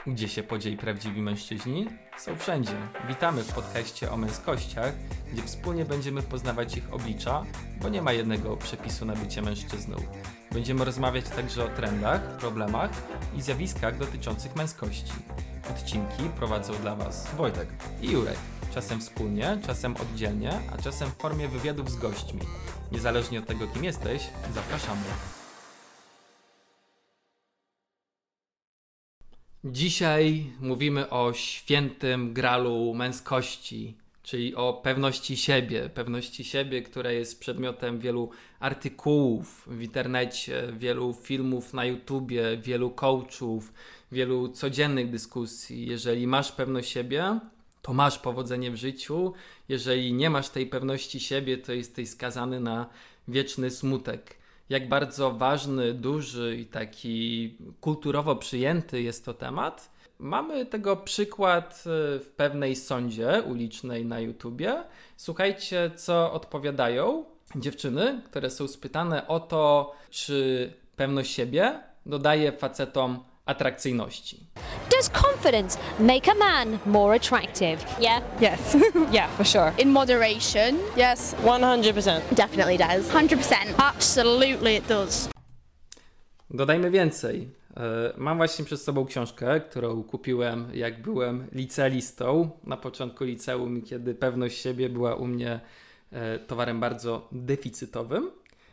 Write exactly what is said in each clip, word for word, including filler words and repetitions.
Gdzie się podzieli prawdziwi mężczyźni? Są wszędzie. Witamy w podcaście o męskościach, gdzie wspólnie będziemy poznawać ich oblicza, bo nie ma jednego przepisu na bycie mężczyzną. Będziemy rozmawiać także o trendach, problemach i zjawiskach dotyczących męskości. Odcinki prowadzą dla Was Wojtek i Jurek. Czasem wspólnie, czasem oddzielnie, a czasem w formie wywiadów z gośćmi. Niezależnie od tego, kim jesteś, zapraszamy. Dzisiaj mówimy o świętym gralu męskości, czyli o pewności siebie. Pewności siebie, która jest przedmiotem wielu artykułów w internecie, wielu filmów na YouTubie, wielu coachów, wielu codziennych dyskusji. Jeżeli masz pewność siebie, to masz powodzenie w życiu. Jeżeli nie masz tej pewności siebie, to jesteś skazany na wieczny smutek. Jak bardzo ważny, duży i taki kulturowo przyjęty jest to temat. Mamy tego przykład w pewnej sądzie ulicznej na YouTubie. Słuchajcie, co odpowiadają dziewczyny, które są spytane o to, czy pewność siebie dodaje facetom atrakcyjności. Does confidence make a man more attractive? Yeah. Yes. Yeah, for sure. In moderation. Yes, one hundred percent. Definitely does. one hundred percent. Absolutely it does. Dodajmy więcej. Mam właśnie przed sobą książkę, którą kupiłem, jak byłem licealistą na początku liceum, kiedy pewność siebie była u mnie towarem bardzo deficytowym.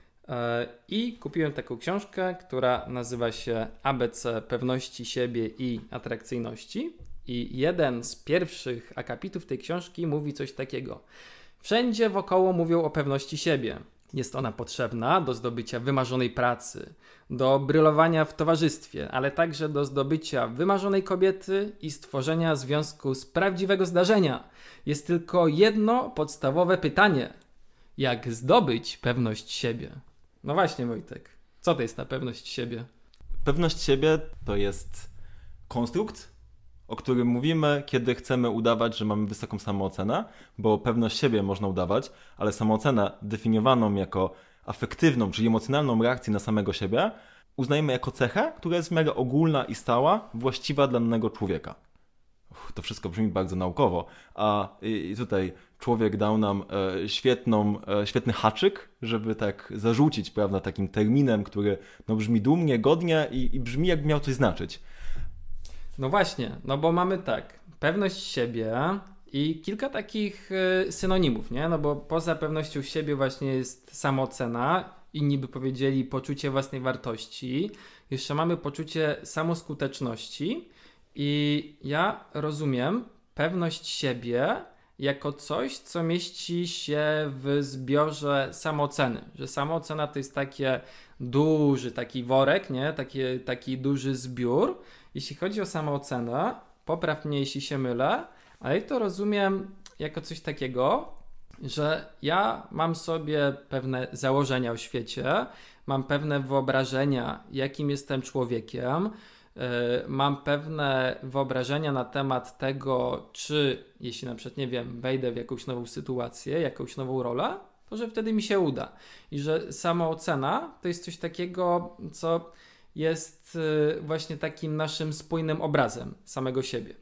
I kupiłem taką książkę, która nazywa się A B C pewności siebie i atrakcyjności. I jeden z pierwszych akapitów tej książki mówi coś takiego. Wszędzie wokoło mówią o pewności siebie. Jest ona potrzebna do zdobycia wymarzonej pracy, do brylowania w towarzystwie, ale także do zdobycia wymarzonej kobiety i stworzenia związku z prawdziwego zdarzenia. Jest tylko jedno podstawowe pytanie. Jak zdobyć pewność siebie? No właśnie, Wojtek, co to jest ta pewność siebie? Pewność siebie to jest konstrukt, o którym mówimy, kiedy chcemy udawać, że mamy wysoką samoocenę, bo pewność siebie można udawać, ale samoocenę definiowaną jako afektywną, czyli emocjonalną reakcję na samego siebie, uznajemy jako cechę, która jest w miarę ogólna i stała, właściwa dla danego człowieka. Uff, to wszystko brzmi bardzo naukowo, a i tutaj człowiek dał nam e, świetną, e, świetny haczyk, żeby tak zarzucić, prawda, takim terminem, który no, brzmi dumnie, godnie i, i brzmi jakby miał coś znaczyć. No właśnie, no bo mamy tak, pewność siebie i kilka takich y, synonimów, nie? No bo poza pewnością siebie właśnie jest samoocena, inni by powiedzieli poczucie własnej wartości, jeszcze mamy poczucie samoskuteczności i ja rozumiem pewność siebie jako coś, co mieści się w zbiorze samooceny, że samoocena to jest takie duży taki worek, nie? Taki, taki duży zbiór. Jeśli chodzi o samoocenę, popraw mnie, jeśli się mylę, ale ja to rozumiem jako coś takiego, że ja mam sobie pewne założenia o świecie, mam pewne wyobrażenia, jakim jestem człowiekiem, yy, mam pewne wyobrażenia na temat tego, czy jeśli na przykład, nie wiem, wejdę w jakąś nową sytuację, jakąś nową rolę, to że wtedy mi się uda. I że samoocena to jest coś takiego, co jest właśnie takim naszym spójnym obrazem samego siebie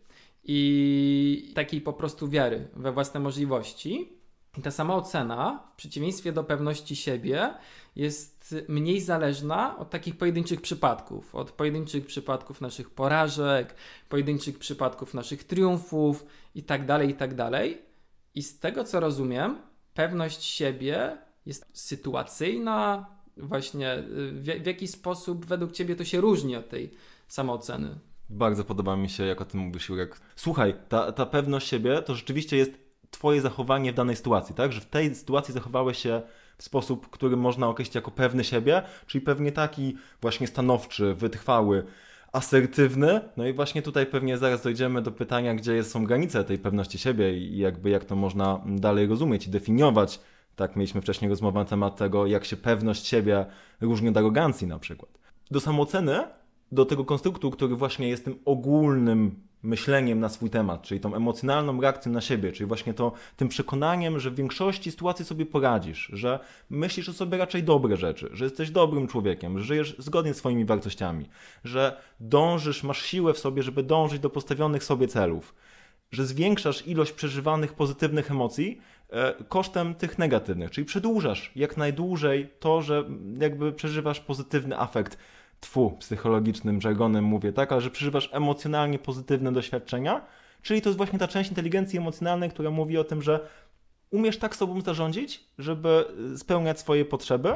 i takiej po prostu wiary we własne możliwości. I ta samoocena, w przeciwieństwie do pewności siebie, jest mniej zależna od takich pojedynczych przypadków, od pojedynczych przypadków naszych porażek, pojedynczych przypadków naszych triumfów i tak dalej, i tak dalej. I z tego, co rozumiem, pewność siebie jest sytuacyjna. Właśnie w, w jaki sposób według Ciebie to się różni od tej samooceny? Bardzo podoba mi się, jak o tym mówisz, Jurek. Słuchaj, ta, ta pewność siebie to rzeczywiście jest Twoje zachowanie w danej sytuacji, tak? Że w tej sytuacji zachowałeś się w sposób, który można określić jako pewny siebie, czyli pewnie taki właśnie stanowczy, wytrwały, asertywny. No i właśnie tutaj pewnie zaraz dojdziemy do pytania, gdzie są granice tej pewności siebie i jakby jak to można dalej rozumieć i definiować. Tak, mieliśmy wcześniej rozmowę na temat tego, jak się pewność siebie różni od arogancji na przykład. Do samooceny, do tego konstruktu, który właśnie jest tym ogólnym myśleniem na swój temat, czyli tą emocjonalną reakcją na siebie, czyli właśnie to, tym przekonaniem, że w większości sytuacji sobie poradzisz, że myślisz o sobie raczej dobre rzeczy, że jesteś dobrym człowiekiem, że żyjesz zgodnie z swoimi wartościami, że dążysz, masz siłę w sobie, żeby dążyć do postawionych sobie celów, że zwiększasz ilość przeżywanych pozytywnych emocji e, kosztem tych negatywnych, czyli przedłużasz jak najdłużej to, że jakby przeżywasz pozytywny afekt, tfu, psychologicznym żargonem mówię, tak, ale że przeżywasz emocjonalnie pozytywne doświadczenia, czyli to jest właśnie ta część inteligencji emocjonalnej, która mówi o tym, że umiesz tak sobą zarządzić, żeby spełniać swoje potrzeby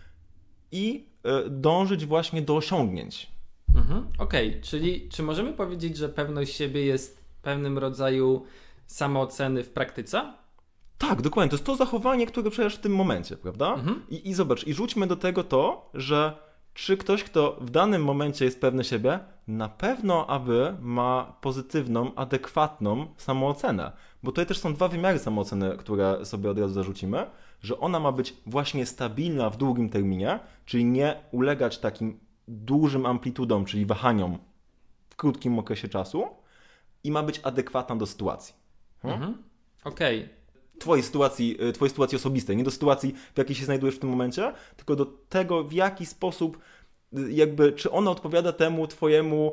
i e, dążyć właśnie do osiągnięć. Mhm, okej, okay. Czyli czy możemy powiedzieć, że pewność siebie jest pewnym rodzaju samooceny w praktyce? Tak, dokładnie. To jest to zachowanie, które przejdziesz w tym momencie, prawda? Mhm. I, I zobacz, i rzućmy do tego to, że czy ktoś, kto w danym momencie jest pewny siebie, na pewno aby ma pozytywną, adekwatną samoocenę. Bo tutaj też są dwa wymiary samooceny, które sobie od razu zarzucimy, że ona ma być właśnie stabilna w długim terminie, czyli nie ulegać takim dużym amplitudom, czyli wahaniom w krótkim okresie czasu i ma być adekwatna do sytuacji. Hmm? Mhm. Okej. Okay. Twojej sytuacji, twojej sytuacji osobistej, nie do sytuacji, w jakiej się znajdujesz w tym momencie, tylko do tego, w jaki sposób, jakby, czy ona odpowiada temu twojemu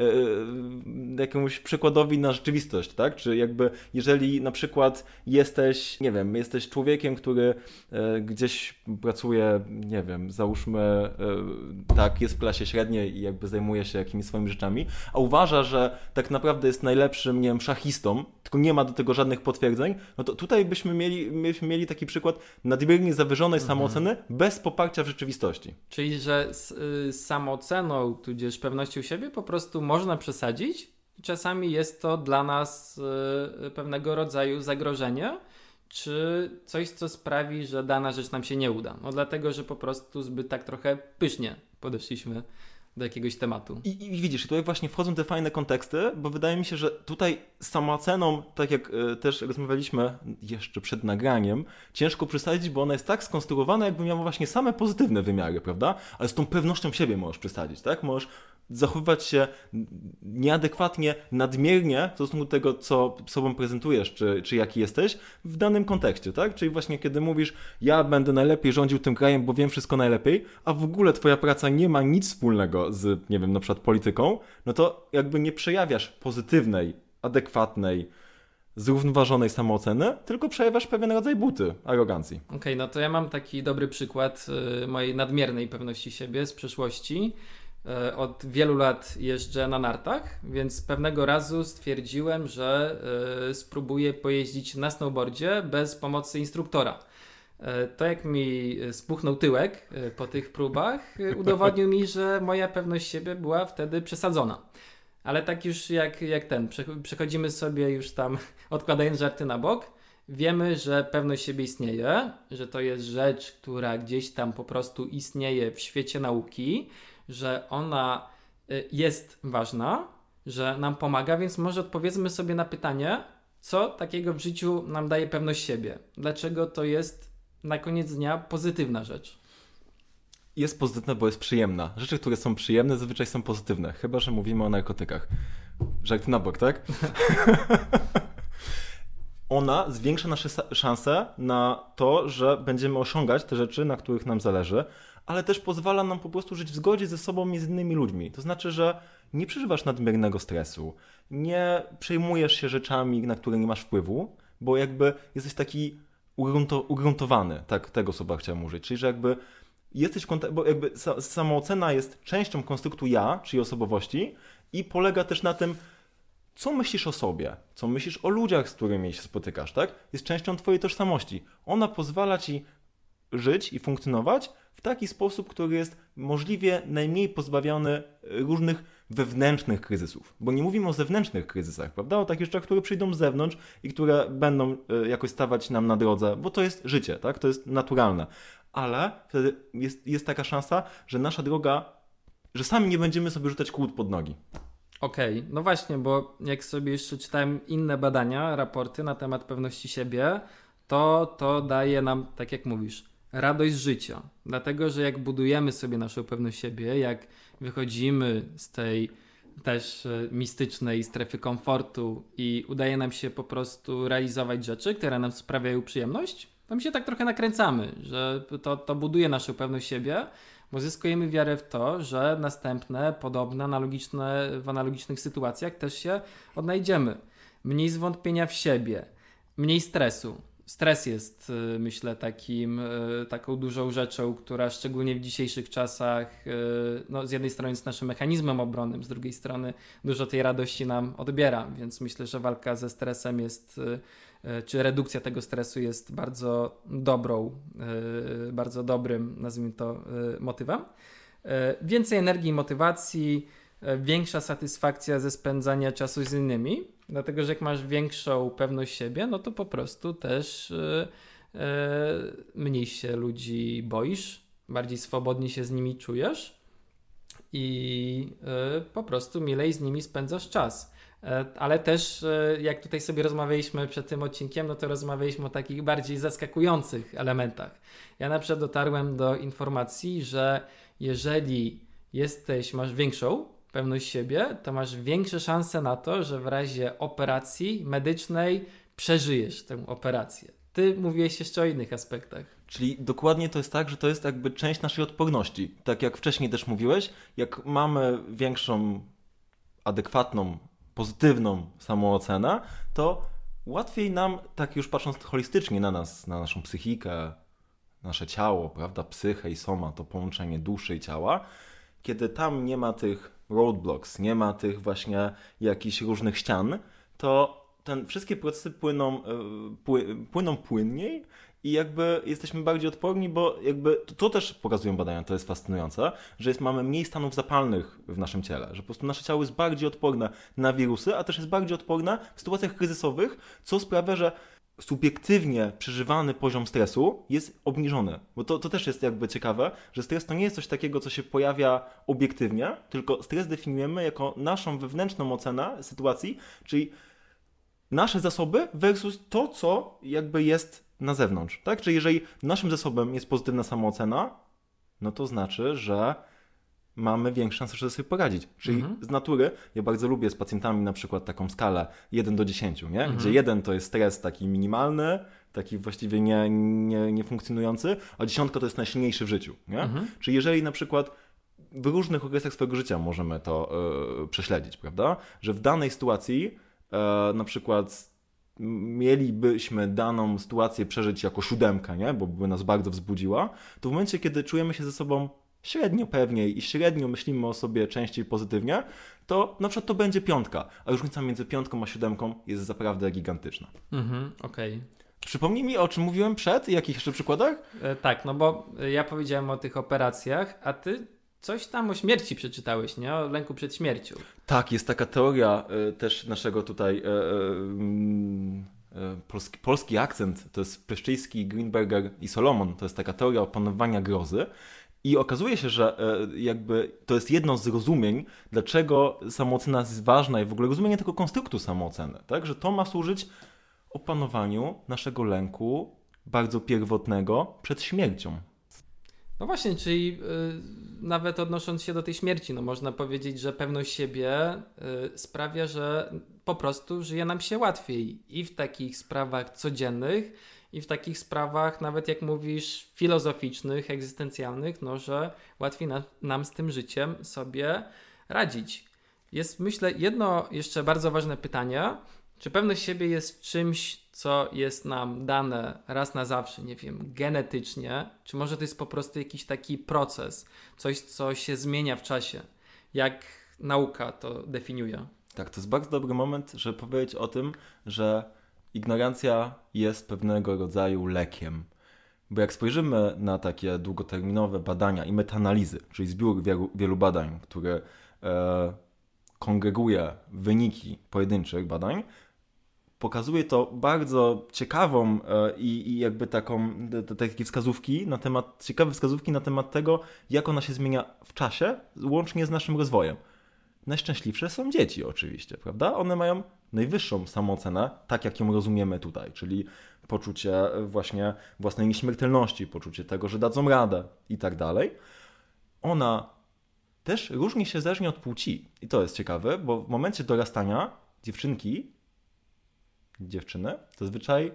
e, jakiemuś przykładowi na rzeczywistość, tak? Czy jakby, jeżeli na przykład jesteś, nie wiem, jesteś człowiekiem, który e, gdzieś pracuje, nie wiem, załóżmy, e, tak, jest w klasie średniej i jakby zajmuje się jakimiś swoimi rzeczami, a uważa, że tak naprawdę jest najlepszym, nie wiem, szachistą, tylko nie ma do tego żadnych potwierdzeń, no to tutaj byśmy mieli, byśmy mieli taki przykład nadmiernie zawyżonej mhm. samooceny bez poparcia w rzeczywistości. Czyli, że z, y, z samooceną, tudzież pewnością siebie po prostu można przesadzić i czasami jest to dla nas y, pewnego rodzaju zagrożenie, czy coś, co sprawi, że dana rzecz nam się nie uda. No dlatego, że po prostu zbyt tak trochę pysznie podeszliśmy do jakiegoś tematu. I, I widzisz, tutaj właśnie wchodzą te fajne konteksty, bo wydaje mi się, że tutaj z samooceną, tak jak y, też rozmawialiśmy jeszcze przed nagraniem, ciężko przesadzić, bo ona jest tak skonstruowana, jakby miała właśnie same pozytywne wymiary, prawda? Ale z tą pewnością siebie możesz przesadzić, tak? Możesz zachowywać się nieadekwatnie, nadmiernie w stosunku do tego, co sobą prezentujesz, czy, czy jaki jesteś w danym kontekście, tak? Czyli właśnie kiedy mówisz, ja będę najlepiej rządził tym krajem, bo wiem wszystko najlepiej, a w ogóle twoja praca nie ma nic wspólnego z, nie wiem, na przykład polityką, no to jakby nie przejawiasz pozytywnej, adekwatnej, zrównoważonej samooceny, tylko przejawiasz pewien rodzaj buty, arogancji. Okej, okay, no to ja mam taki dobry przykład y, mojej nadmiernej pewności siebie z przeszłości. Od wielu lat jeżdżę na nartach, więc pewnego razu stwierdziłem, że y, spróbuję pojeździć na snowboardzie bez pomocy instruktora. Y, to jak mi spuchnął tyłek y, po tych próbach, y, udowodnił mi, że moja pewność siebie była wtedy przesadzona. Ale tak już jak, jak ten, przechodzimy sobie już tam, odkładając żarty na bok, wiemy, że pewność siebie istnieje, że to jest rzecz, która gdzieś tam po prostu istnieje w świecie nauki, że ona jest ważna, że nam pomaga, więc może odpowiedzmy sobie na pytanie, co takiego w życiu nam daje pewność siebie? Dlaczego to jest na koniec dnia pozytywna rzecz? Jest pozytywna, bo jest przyjemna. Rzeczy, które są przyjemne, zazwyczaj są pozytywne, chyba że mówimy o narkotykach. Żart na bok, tak? Ona zwiększa nasze szanse na to, że będziemy osiągać te rzeczy, na których nam zależy, ale też pozwala nam po prostu żyć w zgodzie ze sobą i z innymi ludźmi. To znaczy, że nie przeżywasz nadmiernego stresu, nie przejmujesz się rzeczami, na które nie masz wpływu, bo jakby jesteś taki ugrunto, ugruntowany, tak, tego słowa chciałem użyć, czyli że jakby jesteś, bo jakby samoocena jest częścią konstruktu ja, czyli osobowości i polega też na tym, co myślisz o sobie, co myślisz o ludziach, z którymi się spotykasz, tak? Jest częścią twojej tożsamości. Ona pozwala ci żyć i funkcjonować w taki sposób, który jest możliwie najmniej pozbawiony różnych wewnętrznych kryzysów. Bo nie mówimy o zewnętrznych kryzysach, prawda? O takich rzeczach, które przyjdą z zewnątrz i które będą jakoś stawać nam na drodze, bo to jest życie, tak? To jest naturalne. Ale wtedy jest, jest taka szansa, że nasza droga, że sami nie będziemy sobie rzucać kłód pod nogi. Okej, okay. No właśnie, bo jak sobie jeszcze czytałem inne badania, raporty na temat pewności siebie, to to daje nam, tak jak mówisz, radość życia. Dlatego, że jak budujemy sobie naszą pewność siebie, jak wychodzimy z tej też y, mistycznej strefy komfortu i udaje nam się po prostu realizować rzeczy, które nam sprawiają przyjemność, to my się tak trochę nakręcamy, że to, to buduje naszą pewność siebie, bo zyskujemy wiarę w to, że następne, podobne, analogiczne, w analogicznych sytuacjach też się odnajdziemy. Mniej zwątpienia w siebie, mniej stresu. Stres jest, myślę, takim, taką dużą rzeczą, która szczególnie w dzisiejszych czasach, no, z jednej strony jest naszym mechanizmem obronnym, z drugiej strony dużo tej radości nam odbiera, więc myślę, że walka ze stresem jest, czy redukcja tego stresu jest bardzo dobrą, bardzo dobrym, nazwijmy to, motywem. Więcej energii i motywacji, większa satysfakcja ze spędzania czasu z innymi, dlatego że jak masz większą pewność siebie, no to po prostu też yy, yy, mniej się ludzi boisz, bardziej swobodnie się z nimi czujesz i yy, po prostu milej z nimi spędzasz czas. Yy, ale też yy, jak tutaj sobie rozmawialiśmy przed tym odcinkiem, no to rozmawialiśmy o takich bardziej zaskakujących elementach. Ja na przykład dotarłem do informacji, że jeżeli jesteś, masz większą pewność siebie, to masz większe szanse na to, że w razie operacji medycznej przeżyjesz tę operację. Ty mówiłeś jeszcze o innych aspektach. Czyli dokładnie to jest tak, że to jest jakby część naszej odporności. Tak jak wcześniej też mówiłeś, jak mamy większą, adekwatną, pozytywną samoocenę, to łatwiej nam, tak już patrząc holistycznie na nas, na naszą psychikę, nasze ciało, prawda, psychę i soma, to połączenie duszy i ciała, kiedy tam nie ma tych roadblocks, nie ma tych właśnie jakichś różnych ścian, to ten wszystkie procesy płyną, pły, płyną płynniej i jakby jesteśmy bardziej odporni, bo jakby to, to też pokazują badania, to jest fascynujące, że jest, mamy mniej stanów zapalnych w naszym ciele, że po prostu nasze ciało jest bardziej odporne na wirusy, a też jest bardziej odporne w sytuacjach kryzysowych, co sprawia, że subiektywnie przeżywany poziom stresu jest obniżony. Bo to, to też jest jakby ciekawe, że stres to nie jest coś takiego, co się pojawia obiektywnie, tylko stres definiujemy jako naszą wewnętrzną ocenę sytuacji, czyli nasze zasoby versus to, co jakby jest na zewnątrz. Tak? Czyli jeżeli naszym zasobem jest pozytywna samoocena, no to znaczy, że mamy większe szanse, żeby sobie poradzić. Czyli mhm. z natury, ja bardzo lubię z pacjentami na przykład taką skalę jeden do dziesięciu, nie? Mhm. Gdzie jeden to jest stres taki minimalny, taki właściwie nie, nie, nie funkcjonujący, a dziesiątka to jest najsilniejszy w życiu. Nie? Mhm. Czyli jeżeli na przykład w różnych okresach swojego życia możemy to yy, prześledzić, prawda? Że w danej sytuacji yy, na przykład mielibyśmy daną sytuację przeżyć jako siódemkę, nie? Bo by nas bardzo wzbudziła, to w momencie, kiedy czujemy się ze sobą średnio pewniej i średnio myślimy o sobie częściej pozytywnie, to na przykład to będzie piątka, a różnica między piątką a siódemką jest naprawdę gigantyczna. Mhm, okej. Okay. Przypomnij mi, o czym mówiłem przed i jakich jeszcze przykładach? E, tak, no bo ja powiedziałem o tych operacjach, a ty coś tam o śmierci przeczytałeś, nie? O lęku przed śmiercią. Tak, jest taka teoria y, też naszego tutaj y, y, y, polski, polski akcent, to jest Peszczyński, Greenberger i Solomon, to jest taka teoria opanowania grozy. I okazuje się, że jakby to jest jedno z rozumień, dlaczego samoocena jest ważna i w ogóle rozumienie tego konstruktu samooceny, tak? Że to ma służyć opanowaniu naszego lęku bardzo pierwotnego przed śmiercią. No właśnie, czyli yy, nawet odnosząc się do tej śmierci, no można powiedzieć, że pewność siebie yy, sprawia, że po prostu żyje nam się łatwiej i w takich sprawach codziennych, i w takich sprawach, nawet jak mówisz, filozoficznych, egzystencjalnych, no, że łatwiej na, nam z tym życiem sobie radzić. Jest, myślę, jedno jeszcze bardzo ważne pytanie. Czy pewność siebie jest czymś, co jest nam dane raz na zawsze, nie wiem, genetycznie? Czy może to jest po prostu jakiś taki proces, coś, co się zmienia w czasie? Jak nauka to definiuje? Tak, to jest bardzo dobry moment, żeby powiedzieć o tym, że ignorancja jest pewnego rodzaju lekiem. Bo jak spojrzymy na takie długoterminowe badania i metaanalizy, czyli zbiór wielu, wielu badań, które e, kongreguje wyniki pojedynczych badań, pokazuje to bardzo ciekawą e, i jakby taką, te, takie wskazówki na temat, ciekawe wskazówki na temat tego, jak ona się zmienia w czasie, łącznie z naszym rozwojem. Najszczęśliwsze są dzieci oczywiście, prawda? One mają najwyższą samoocenę, tak jak ją rozumiemy tutaj, czyli poczucie właśnie własnej nieśmiertelności, poczucie tego, że dadzą radę i tak dalej. Ona też różni się zależnie od płci. I to jest ciekawe, bo w momencie dorastania dziewczynki, dziewczyny zazwyczaj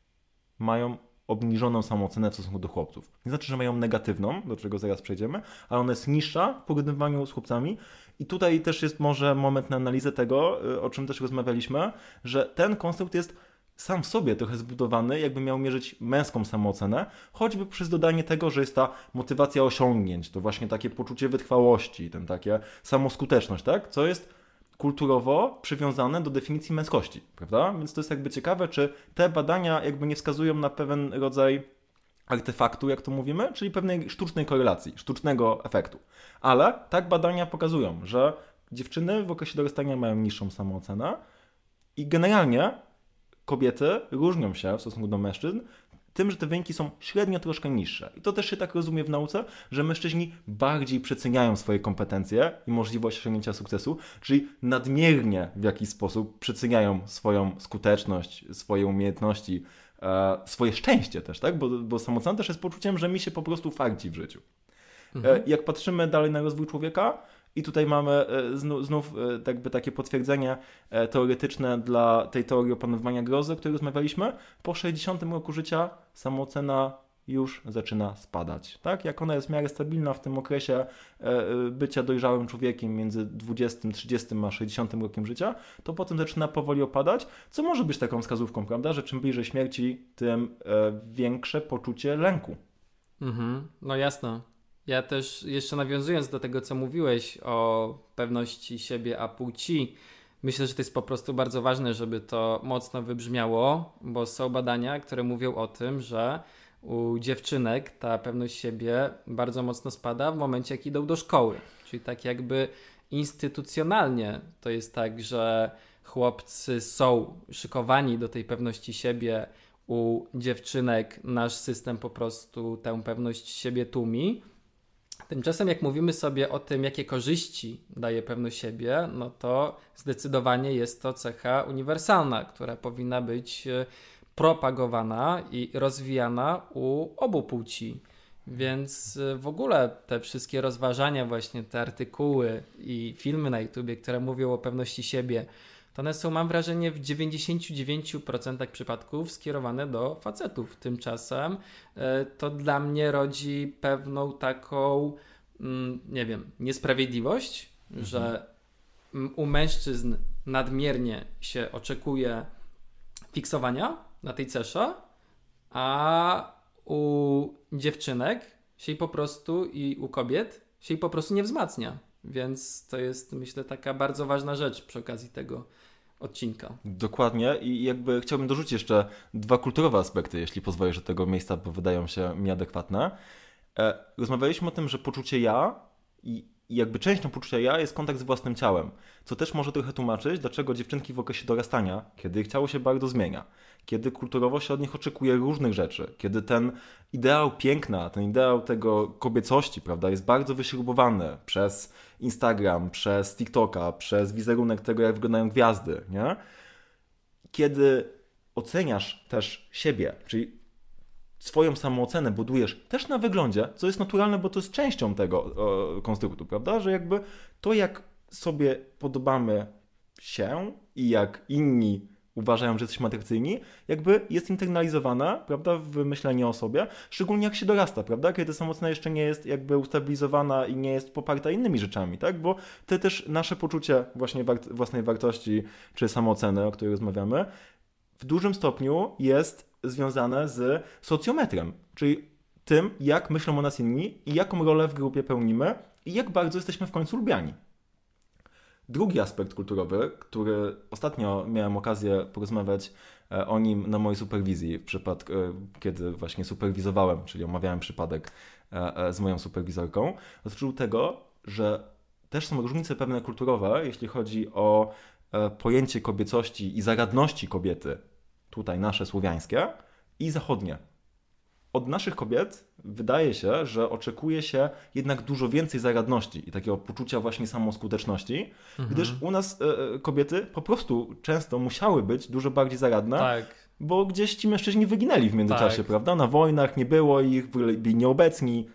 mają obniżoną samoocenę w stosunku do chłopców. Nie znaczy, że mają negatywną, do czego zaraz przejdziemy, ale ona jest niższa w porównywaniu z chłopcami. I tutaj też jest może moment na analizę tego, o czym też rozmawialiśmy, że ten konstrukt jest sam w sobie trochę zbudowany, jakby miał mierzyć męską samoocenę, choćby przez dodanie tego, że jest ta motywacja osiągnięć, to właśnie takie poczucie wytrwałości, ten takie samoskuteczność, tak? Co jest kulturowo przywiązane do definicji męskości, prawda? Więc to jest jakby ciekawe, czy te badania jakby nie wskazują na pewien rodzaj artefaktu, jak to mówimy, czyli pewnej sztucznej korelacji, sztucznego efektu. Ale tak badania pokazują, że dziewczyny w okresie dorastania mają niższą samoocenę i generalnie kobiety różnią się w stosunku do mężczyzn tym, że te wyniki są średnio troszkę niższe. I to też się tak rozumie w nauce, że mężczyźni bardziej przeceniają swoje kompetencje i możliwość osiągnięcia sukcesu, czyli nadmiernie w jakiś sposób przeceniają swoją skuteczność, swoje umiejętności, e, swoje szczęście też, tak? Bo, bo samoocena też jest poczuciem, że mi się po prostu fardzi w życiu. Mhm. E, jak patrzymy dalej na rozwój człowieka, i tutaj mamy znów, znów jakby takie potwierdzenie teoretyczne dla tej teorii opanowania grozy, o której rozmawialiśmy. Po sześćdziesiątym roku życia samoocena już zaczyna spadać. Tak? Jak ona jest w miarę stabilna w tym okresie bycia dojrzałym człowiekiem między dwudziestym, trzydziestym a sześćdziesiątym rokiem życia, to potem zaczyna powoli opadać, co może być taką wskazówką, prawda, że czym bliżej śmierci, tym większe poczucie lęku. Mhm, no jasne. Ja też jeszcze nawiązując do tego, co mówiłeś o pewności siebie a płci, myślę, że to jest po prostu bardzo ważne, żeby to mocno wybrzmiało, bo są badania, które mówią o tym, że u dziewczynek ta pewność siebie bardzo mocno spada w momencie, jak idą do szkoły. Czyli tak jakby instytucjonalnie to jest tak, że chłopcy są szykowani do tej pewności siebie, u dziewczynek nasz system po prostu tę pewność siebie tłumi. Tymczasem jak mówimy sobie o tym, jakie korzyści daje pewność siebie, no to zdecydowanie jest to cecha uniwersalna, która powinna być propagowana i rozwijana u obu płci. Więc w ogóle te wszystkie rozważania, właśnie te artykuły i filmy na YouTubie, które mówią o pewności siebie, to one są, mam wrażenie, w dziewięćdziesięciu dziewięciu procentach przypadków skierowane do facetów. Tymczasem to dla mnie rodzi pewną taką, nie wiem, niesprawiedliwość, mhm. że u mężczyzn nadmiernie się oczekuje fiksowania na tej cesze, a u dziewczynek się jej po prostu i u kobiet się jej po prostu nie wzmacnia. Więc to jest, myślę, taka bardzo ważna rzecz przy okazji tego odcinka. Dokładnie i jakby chciałbym dorzucić jeszcze dwa kulturowe aspekty, jeśli pozwolisz, do tego miejsca, bo wydają się mi adekwatne. E, rozmawialiśmy o tym, że poczucie ja i I jakby częścią poczucia ja jest kontakt z własnym ciałem, co też może trochę tłumaczyć, dlaczego dziewczynki w okresie dorastania, kiedy ich ciało się bardzo zmienia, kiedy kulturowo się od nich oczekuje różnych rzeczy, kiedy ten ideał piękna, ten ideał tego kobiecości, prawda, jest bardzo wyśrubowany przez Instagram, przez TikToka, przez wizerunek tego, jak wyglądają gwiazdy, nie? Kiedy oceniasz też siebie, czyli swoją samoocenę budujesz też na wyglądzie, co jest naturalne, bo to jest częścią tego o, konstruktu, prawda? Że jakby to, jak sobie podobamy się i jak inni uważają, że jesteśmy atrakcyjni, jakby jest internalizowane, prawda, w myśleniu o sobie, szczególnie jak się dorasta, prawda? Kiedy samoocena jeszcze nie jest jakby ustabilizowana i nie jest poparta innymi rzeczami, tak? Bo te też nasze poczucie właśnie wart- własnej wartości czy samooceny, o której rozmawiamy, w dużym stopniu jest związane z socjometrem, czyli tym, jak myślą o nas inni i jaką rolę w grupie pełnimy i jak bardzo jesteśmy w końcu lubiani. Drugi aspekt kulturowy, który ostatnio miałem okazję porozmawiać o nim na mojej superwizji, w przypadku, kiedy właśnie superwizowałem, czyli omawiałem przypadek z moją superwizorką, dotyczył tego, że też są różnice pewne kulturowe, jeśli chodzi o pojęcie kobiecości i zaradności kobiety, tutaj nasze słowiańskie, i zachodnie. Od naszych kobiet wydaje się, że oczekuje się jednak dużo więcej zaradności i takiego poczucia właśnie samoskuteczności, mhm. gdyż u nas e, kobiety po prostu często musiały być dużo bardziej zaradne, tak. bo gdzieś ci mężczyźni wyginęli w międzyczasie, tak. prawda? Na wojnach nie było ich, byli nieobecni.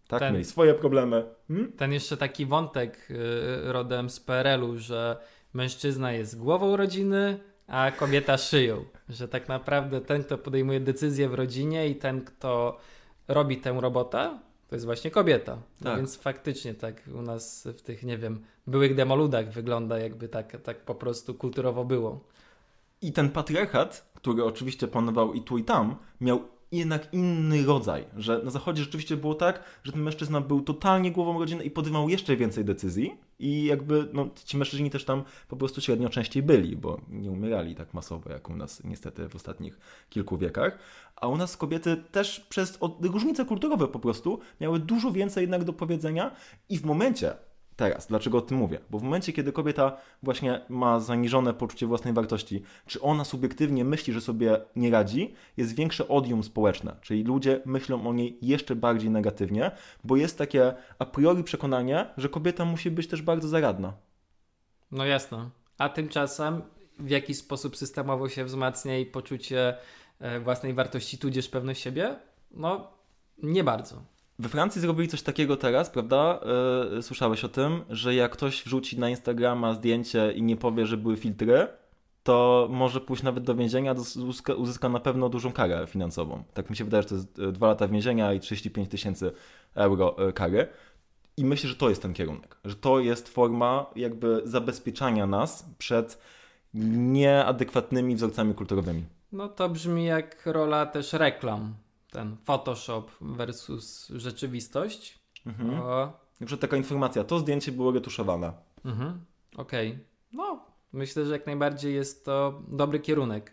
tak, Ten- mieli swoje problemy. Hmm? Ten jeszcze taki wątek y, rodem z P R L u, że mężczyzna jest głową rodziny, a kobieta szyją. Że tak naprawdę ten, kto podejmuje decyzje w rodzinie i ten, kto robi tę robotę, to jest właśnie kobieta. No Tak. więc faktycznie tak u nas w tych, nie wiem, byłych demoludach wygląda, jakby tak, tak po prostu kulturowo było. I ten patriarchat, który oczywiście panował i tu i tam, miał jednak inny rodzaj, że na zachodzie rzeczywiście było tak, że ten mężczyzna był totalnie głową rodziny i podejmował jeszcze więcej decyzji i jakby no, ci mężczyźni też tam po prostu średnio częściej byli, bo nie umierali tak masowo jak u nas niestety w ostatnich kilku wiekach, a u nas kobiety też przez od, różnice kulturowe po prostu miały dużo więcej jednak do powiedzenia i w momencie, teraz, dlaczego o tym mówię? Bo w momencie, kiedy kobieta właśnie ma zaniżone poczucie własnej wartości, czy ona subiektywnie myśli, że sobie nie radzi, jest większe odium społeczne, czyli ludzie myślą o niej jeszcze bardziej negatywnie, bo jest takie a priori przekonanie, że kobieta musi być też bardzo zaradna. No jasno. A tymczasem w jaki sposób systemowo się wzmacnia jej poczucie e, własnej wartości, tudzież pewność siebie? No nie bardzo. We Francji zrobili coś takiego teraz, prawda? Yy, słyszałeś o tym, że jak ktoś wrzuci na Instagrama zdjęcie i nie powie, że były filtry, to może pójść nawet do więzienia, uzyska, uzyska na pewno dużą karę finansową. Tak mi się wydaje, że to jest dwa lata więzienia i trzydzieści pięć tysięcy euro kary. I myślę, że to jest ten kierunek, że to jest forma jakby zabezpieczania nas przed nieadekwatnymi wzorcami kulturowymi. No to brzmi jak rola też reklam. Ten Photoshop versus rzeczywistość. Mhm. O, Na przykład taka informacja, to zdjęcie było retuszowane. mhm. Okej. No, myślę, że jak najbardziej jest to dobry kierunek.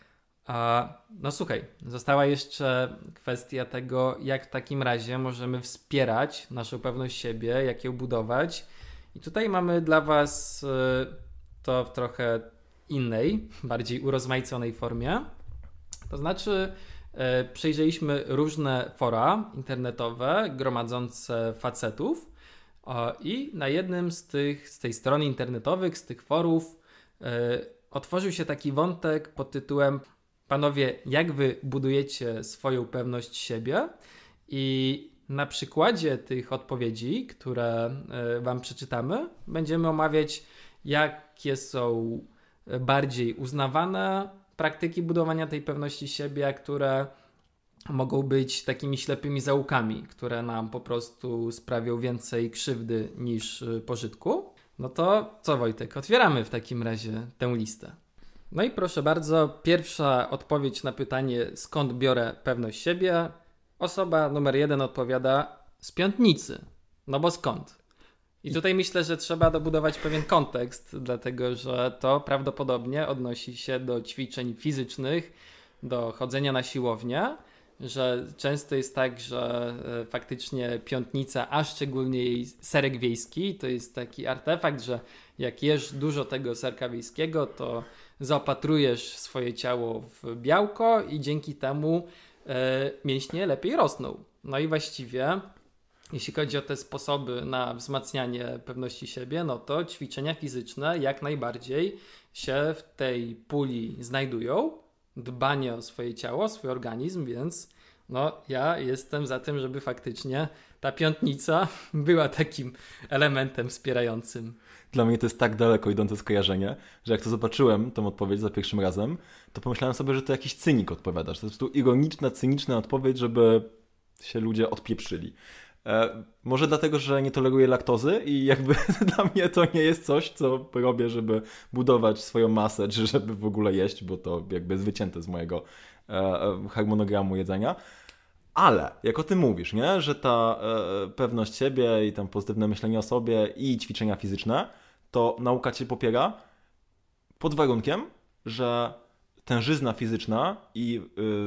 A, no słuchaj, została jeszcze kwestia tego, jak w takim razie możemy wspierać naszą pewność siebie, jak ją budować. I tutaj mamy dla Was y, to w trochę innej, bardziej urozmaiconej formie. To znaczy y, przejrzeliśmy różne fora internetowe gromadzące facetów o, i na jednym z tych, z tej stron internetowych, z tych forów y, otworzył się taki wątek pod tytułem Panowie, jak wy budujecie swoją pewność siebie? I na przykładzie tych odpowiedzi, które y, wam przeczytamy, będziemy omawiać, jakie są bardziej uznawane praktyki budowania tej pewności siebie, a które mogą być takimi ślepymi zaułkami, które nam po prostu sprawią więcej krzywdy niż y, pożytku. No to co, Wojtek, otwieramy w takim razie tę listę. No i proszę bardzo, pierwsza odpowiedź na pytanie, skąd biorę pewność siebie. Osoba numer jeden odpowiada z piątnicy. No bo skąd? I tutaj myślę, że trzeba dobudować pewien kontekst, dlatego że to prawdopodobnie odnosi się do ćwiczeń fizycznych, do chodzenia na siłownię, że często jest tak, że e, faktycznie piątnica, a szczególnie jej serek wiejski, to jest taki artefakt, że jak jesz dużo tego serka wiejskiego, to zaopatrujesz swoje ciało w białko i dzięki temu e, mięśnie lepiej rosną. No i właściwie, jeśli chodzi o te sposoby na wzmacnianie pewności siebie, no to ćwiczenia fizyczne jak najbardziej się w tej puli znajdują. Dbanie o swoje ciało, swój organizm, więc no ja jestem za tym, żeby faktycznie ta piątnica była takim elementem wspierającym. Dla mnie to jest tak daleko idące skojarzenie, że jak to zobaczyłem, tą odpowiedź za pierwszym razem, to pomyślałem sobie, że to jakiś cynik odpowiada, że to jest po prostu ironiczna, cyniczna odpowiedź, żeby się ludzie odpieprzyli. E, może dlatego, że nie toleruję laktozy i jakby dla mnie to nie jest coś, co robię, żeby budować swoją masę, czy żeby w ogóle jeść, bo to jakby jest wycięte z mojego e, harmonogramu jedzenia. Ale jak o tym mówisz, nie? Że ta e, pewność siebie i tam pozytywne myślenie o sobie i ćwiczenia fizyczne, to nauka cię popiera pod warunkiem, że tężyzna fizyczna i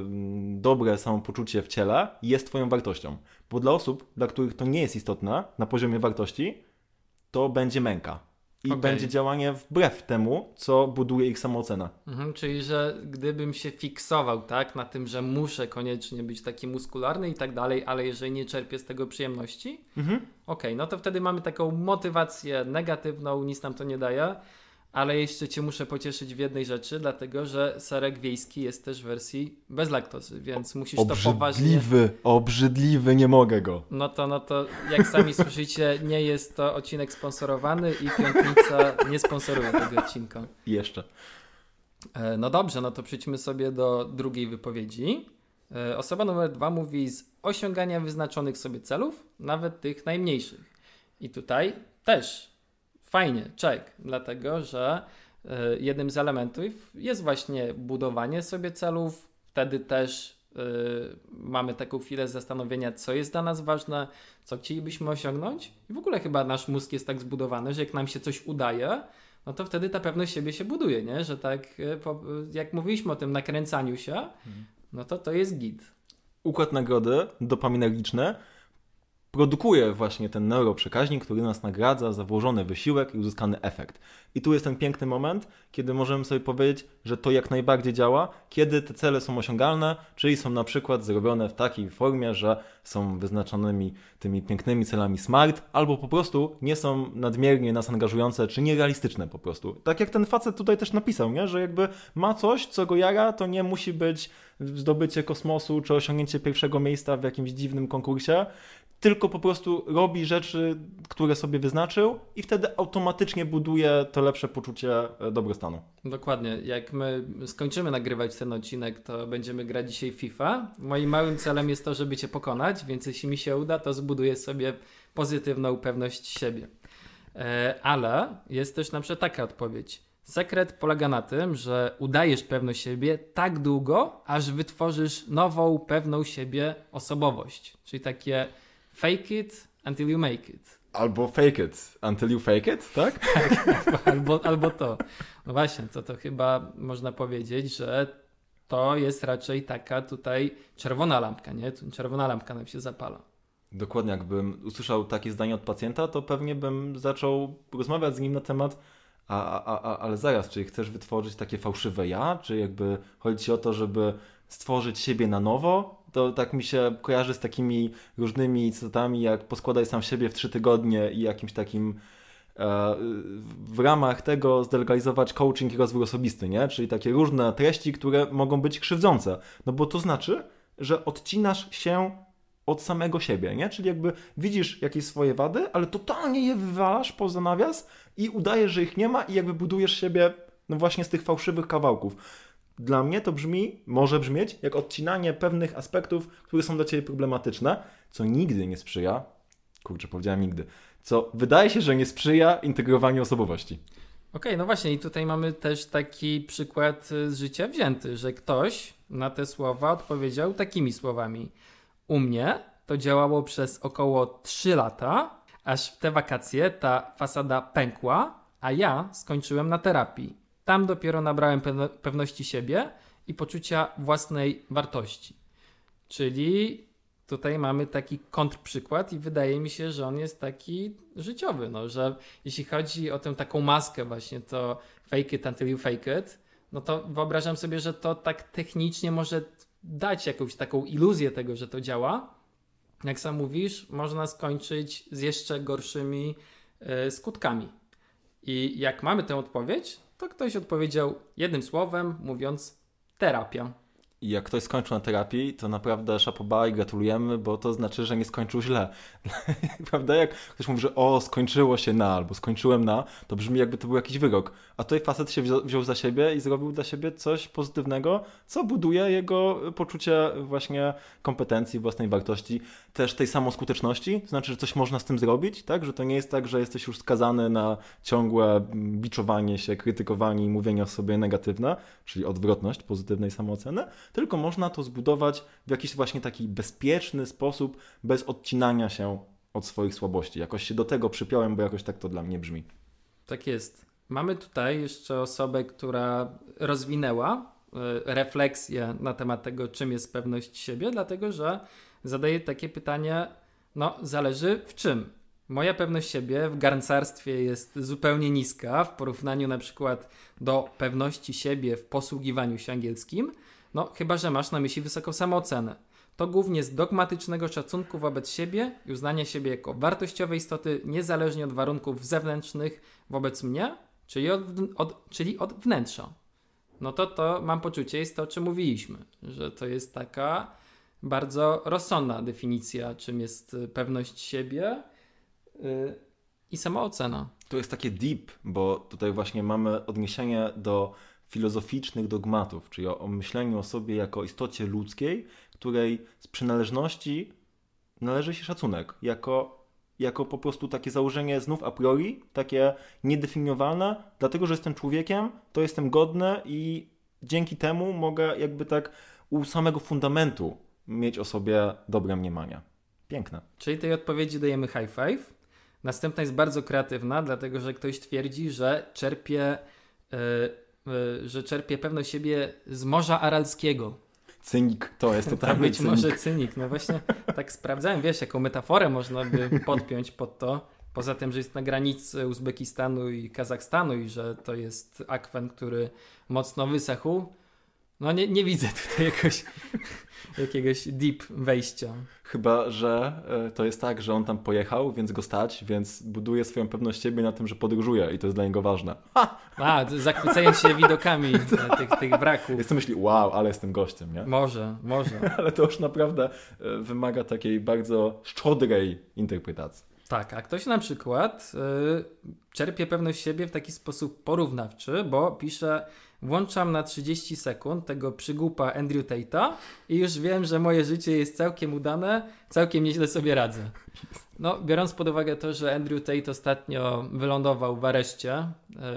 y, dobre samopoczucie w ciele jest twoją wartością. Bo dla osób, dla których to nie jest istotne na poziomie wartości, to będzie męka. I Okay. będzie działanie wbrew temu, co buduje ich samoocena. Mhm, czyli, że gdybym się fiksował tak, na tym, że muszę koniecznie być taki muskularny i tak dalej, ale jeżeli nie czerpię z tego przyjemności, Mhm. okej, okay, no to wtedy mamy taką motywację negatywną, nic nam to nie daje. ale jeszcze cię muszę pocieszyć w jednej rzeczy, dlatego że serek wiejski jest też w wersji bez laktozy, więc musisz to poważnie... Obrzydliwy, obrzydliwy, nie mogę go. No to, no to jak sami słyszycie, nie jest to odcinek sponsorowany i Piątnica nie sponsoruje tego odcinka. I jeszcze. E, No dobrze, no to przejdźmy sobie do drugiej wypowiedzi. E, Osoba numer dwa mówi z osiągania wyznaczonych sobie celów, nawet tych najmniejszych. I tutaj też fajnie, check, dlatego że e, jednym z elementów jest właśnie budowanie sobie celów. Wtedy też e, mamy taką chwilę zastanowienia, co jest dla nas ważne, co chcielibyśmy osiągnąć. I w ogóle chyba nasz mózg jest tak zbudowany, że jak nam się coś udaje, no to wtedy ta pewność siebie się buduje, nie? Że tak e, po, jak mówiliśmy o tym nakręcaniu się, no to to jest git. Układ nagrody dopaminergiczny produkuje właśnie ten neuroprzekaźnik, który nas nagradza za włożony wysiłek i uzyskany efekt. I tu jest ten piękny moment, kiedy możemy sobie powiedzieć, że to jak najbardziej działa, kiedy te cele są osiągalne, czyli są na przykład zrobione w takiej formie, że są wyznaczonymi tymi pięknymi celami SMART, albo po prostu nie są nadmiernie nas angażujące, czy nierealistyczne po prostu. Tak jak ten facet tutaj też napisał, nie? Że jakby ma coś, co go jara, to nie musi być zdobycie kosmosu, czy osiągnięcie pierwszego miejsca w jakimś dziwnym konkursie, tylko po prostu robi rzeczy, które sobie wyznaczył i wtedy automatycznie buduje to lepsze poczucie dobrostanu. Dokładnie. Jak my skończymy nagrywać ten odcinek, to będziemy grać dzisiaj FIFA. Moim małym celem jest to, żeby cię pokonać, więc jeśli mi się uda, to zbuduję sobie pozytywną pewność siebie. E, ale jest też na przykład taka odpowiedź. Sekret polega na tym, że udajesz pewność siebie tak długo, aż wytworzysz nową, pewną siebie osobowość. Czyli takie fake it until you make it. Albo fake it until you fake it, tak? Tak, albo, albo to. No właśnie, to, to chyba można powiedzieć, że to jest raczej taka tutaj czerwona lampka, nie? Czerwona lampka nam się zapala. Dokładnie, jakbym usłyszał takie zdanie od pacjenta, to pewnie bym zaczął rozmawiać z nim na temat a, a, a, ale zaraz, czy chcesz wytworzyć takie fałszywe ja? Czy jakby chodzi ci o to, żeby stworzyć siebie na nowo? To tak mi się kojarzy z takimi różnymi cytatami, jak poskładaj sam siebie w trzy tygodnie i jakimś takim e, w ramach tego zdelegalizować coaching i rozwój osobisty, nie? Czyli takie różne treści, które mogą być krzywdzące. No bo to znaczy, że odcinasz się od samego siebie, nie? Czyli jakby widzisz jakieś swoje wady, ale totalnie je wywalasz poza nawias i udajesz, że ich nie ma i jakby budujesz siebie no właśnie z tych fałszywych kawałków. Dla mnie to brzmi, może brzmieć, jak odcinanie pewnych aspektów, które są dla ciebie problematyczne, co nigdy nie sprzyja, kurczę, powiedziałem nigdy, co wydaje się, że nie sprzyja integrowaniu osobowości. Okej, no właśnie i tutaj mamy też taki przykład z życia wzięty, że ktoś na te słowa odpowiedział takimi słowami. U mnie to działało przez około trzy lata, aż w te wakacje ta fasada pękła, a ja skończyłem na terapii. Tam dopiero nabrałem pewności siebie i poczucia własnej wartości. Czyli tutaj mamy taki kontrprzykład i wydaje mi się, że on jest taki życiowy, no, że jeśli chodzi o tę taką maskę właśnie, to fake it until you fake it, no to wyobrażam sobie, że to tak technicznie może dać jakąś taką iluzję tego, że to działa. Jak sam mówisz, można skończyć z jeszcze gorszymi y, skutkami. I jak mamy tę odpowiedź, to ktoś odpowiedział jednym słowem, mówiąc terapia. I jak ktoś skończył na terapii, to naprawdę szapoba i gratulujemy, bo to znaczy, że nie skończył źle. Prawda? Jak ktoś mówi, że o, skończyło się na, albo skończyłem na, to brzmi jakby to był jakiś wyrok. A tutaj facet się wziął, wziął za siebie i zrobił dla siebie coś pozytywnego, co buduje jego poczucie właśnie kompetencji, własnej wartości, też tej samoskuteczności. To znaczy, że coś można z tym zrobić, tak? Że to nie jest tak, że jesteś już skazany na ciągłe biczowanie się, krytykowanie i mówienie o sobie negatywne, czyli odwrotność pozytywnej samooceny, tylko można to zbudować w jakiś właśnie taki bezpieczny sposób, bez odcinania się od swoich słabości. Jakoś się do tego przypiąłem, bo jakoś tak to dla mnie brzmi. Tak jest. Mamy tutaj jeszcze osobę, która rozwinęła y, refleksję na temat tego, czym jest pewność siebie, dlatego że zadaje takie pytanie, no zależy w czym. Moja pewność siebie w garncarstwie jest zupełnie niska w porównaniu na przykład do pewności siebie w posługiwaniu się angielskim, no chyba że masz na myśli wysoką samoocenę. To głównie z dogmatycznego szacunku wobec siebie i uznania siebie jako wartościowej istoty niezależnie od warunków zewnętrznych wobec mnie, czyli od, od, czyli od wnętrza. No to to mam poczucie jest to, o czym mówiliśmy, że to jest taka bardzo rozsądna definicja, czym jest pewność siebie yy, i samoocena. To jest takie deep, bo tutaj właśnie mamy odniesienie do filozoficznych dogmatów, czyli o, o myśleniu o sobie jako istocie ludzkiej, której z przynależności należy się szacunek, jako, jako po prostu takie założenie znów a priori, takie niedefiniowalne, dlatego, że jestem człowiekiem, to jestem godny i dzięki temu mogę jakby tak u samego fundamentu mieć o sobie dobre mniemanie. Piękne. Czyli tej odpowiedzi dajemy high five. Następna jest bardzo kreatywna, dlatego że ktoś twierdzi, że czerpie, yy, yy, że czerpie pewność siebie z Morza Aralskiego. Cynik, to jest To totalny być cynik. może cynik. No właśnie tak sprawdzałem, wiesz, jaką metaforę można by podpiąć pod to. Poza tym, że jest na granicy Uzbekistanu i Kazachstanu i że to jest akwen, który mocno wysechł. No nie, nie widzę tutaj jakoś, jakiegoś deep wejścia. Chyba, że y, to jest tak, że on tam pojechał, więc go stać, więc buduje swoją pewność siebie na tym, że podróżuje i to jest dla niego ważne. Ha! A, zachwycając się widokami e, tych, tych wraków. Jest to myśli, wow, ale jestem gościem, nie? Może, może. Ale to już naprawdę y, wymaga takiej bardzo szczodrej interpretacji. Tak, a ktoś na przykład y, czerpie pewność siebie w taki sposób porównawczy, bo pisze: włączam na trzydzieści sekund tego przygłupa Andrew Tate'a i już wiem, że moje życie jest całkiem udane, całkiem nieźle sobie radzę. No, biorąc pod uwagę to, że Andrew Tate ostatnio wylądował w areszcie y,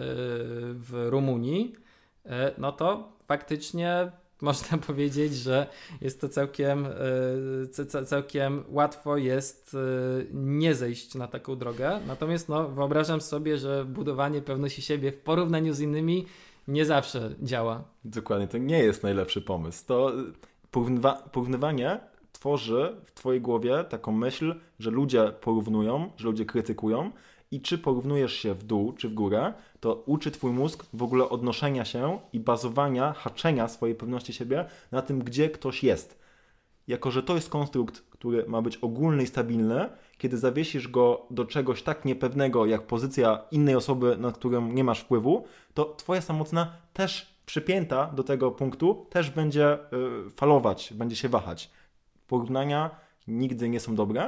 w Rumunii, y, no to faktycznie można powiedzieć, że jest to całkiem, yy, całkiem łatwo jest yy, nie zejść na taką drogę. Natomiast no, wyobrażam sobie, że budowanie pewności siebie w porównaniu z innymi nie zawsze działa. Dokładnie, to nie jest najlepszy pomysł. To porównywa- porównywanie tworzy w twojej głowie taką myśl, że ludzie porównują, że ludzie krytykują i czy porównujesz się w dół, czy w górę, to uczy twój mózg w ogóle odnoszenia się i bazowania, haczenia swojej pewności siebie na tym, gdzie ktoś jest. Jako że to jest konstrukt, który ma być ogólny i stabilny, kiedy zawiesisz go do czegoś tak niepewnego, jak pozycja innej osoby, na którą nie masz wpływu, to twoja samoocena też przypięta do tego punktu, też będzie yy, falować, będzie się wahać. Porównania nigdy nie są dobre,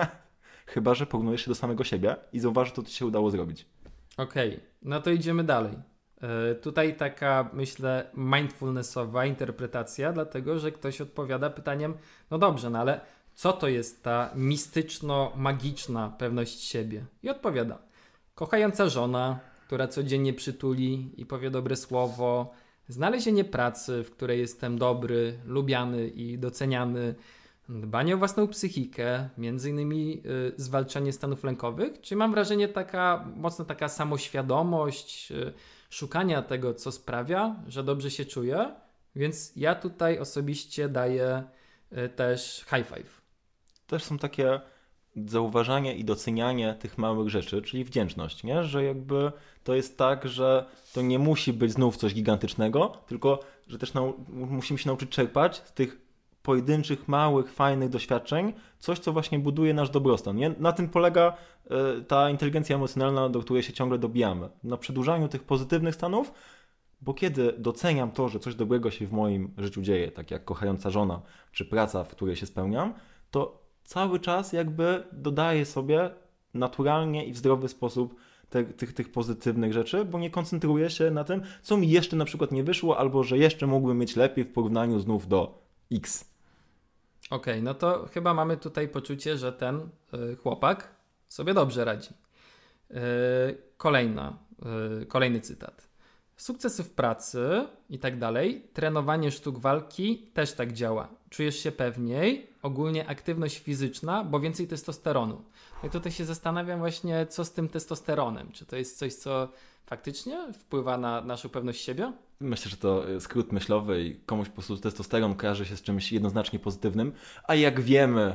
chyba że porównujesz się do samego siebie i zauważ, że to ci się udało zrobić. Okej, okay, no to idziemy dalej. Yy, tutaj taka, myślę, mindfulnessowa interpretacja, dlatego że ktoś odpowiada pytaniem: no dobrze, no ale co to jest ta mistyczno-magiczna pewność siebie? I odpowiada: kochająca żona, która codziennie przytuli i powie dobre słowo, znalezienie pracy, w której jestem dobry, lubiany i doceniany, dbanie o własną psychikę, między innymi y, zwalczanie stanów lękowych, czyli mam wrażenie taka, mocno taka samoświadomość, y, szukania tego, co sprawia, że dobrze się czuję, więc ja tutaj osobiście daję y, też high five. Też są takie zauważanie i docenianie tych małych rzeczy, czyli wdzięczność, nie? Że jakby to jest tak, że to nie musi być znów coś gigantycznego, tylko że też nau- musimy się nauczyć czerpać z tych pojedynczych, małych, fajnych doświadczeń, coś, co właśnie buduje nasz dobrostan. Nie? Na tym polega y, ta inteligencja emocjonalna, do której się ciągle dobijamy. Na przedłużaniu tych pozytywnych stanów, bo kiedy doceniam to, że coś dobrego się w moim życiu dzieje, tak jak kochająca żona, czy praca, w której się spełniam, to cały czas jakby dodaję sobie naturalnie i w zdrowy sposób te, tych, tych pozytywnych rzeczy, bo nie koncentruję się na tym, co mi jeszcze na przykład nie wyszło, albo że jeszcze mógłbym mieć lepiej w porównaniu znów do X. Okej, okay, no to chyba mamy tutaj poczucie, że ten y, chłopak sobie dobrze radzi. Y, kolejna, y, kolejny cytat. Sukcesy w pracy i tak dalej, trenowanie sztuk walki też tak działa. Czujesz się pewniej, ogólnie aktywność fizyczna, bo więcej testosteronu. No i tutaj się zastanawiam właśnie, co z tym testosteronem. Czy to jest coś, co faktycznie wpływa na naszą pewność siebie? Myślę, że to skrót myślowy i komuś po prostu testosteron kojarzy się z czymś jednoznacznie pozytywnym, a jak wiemy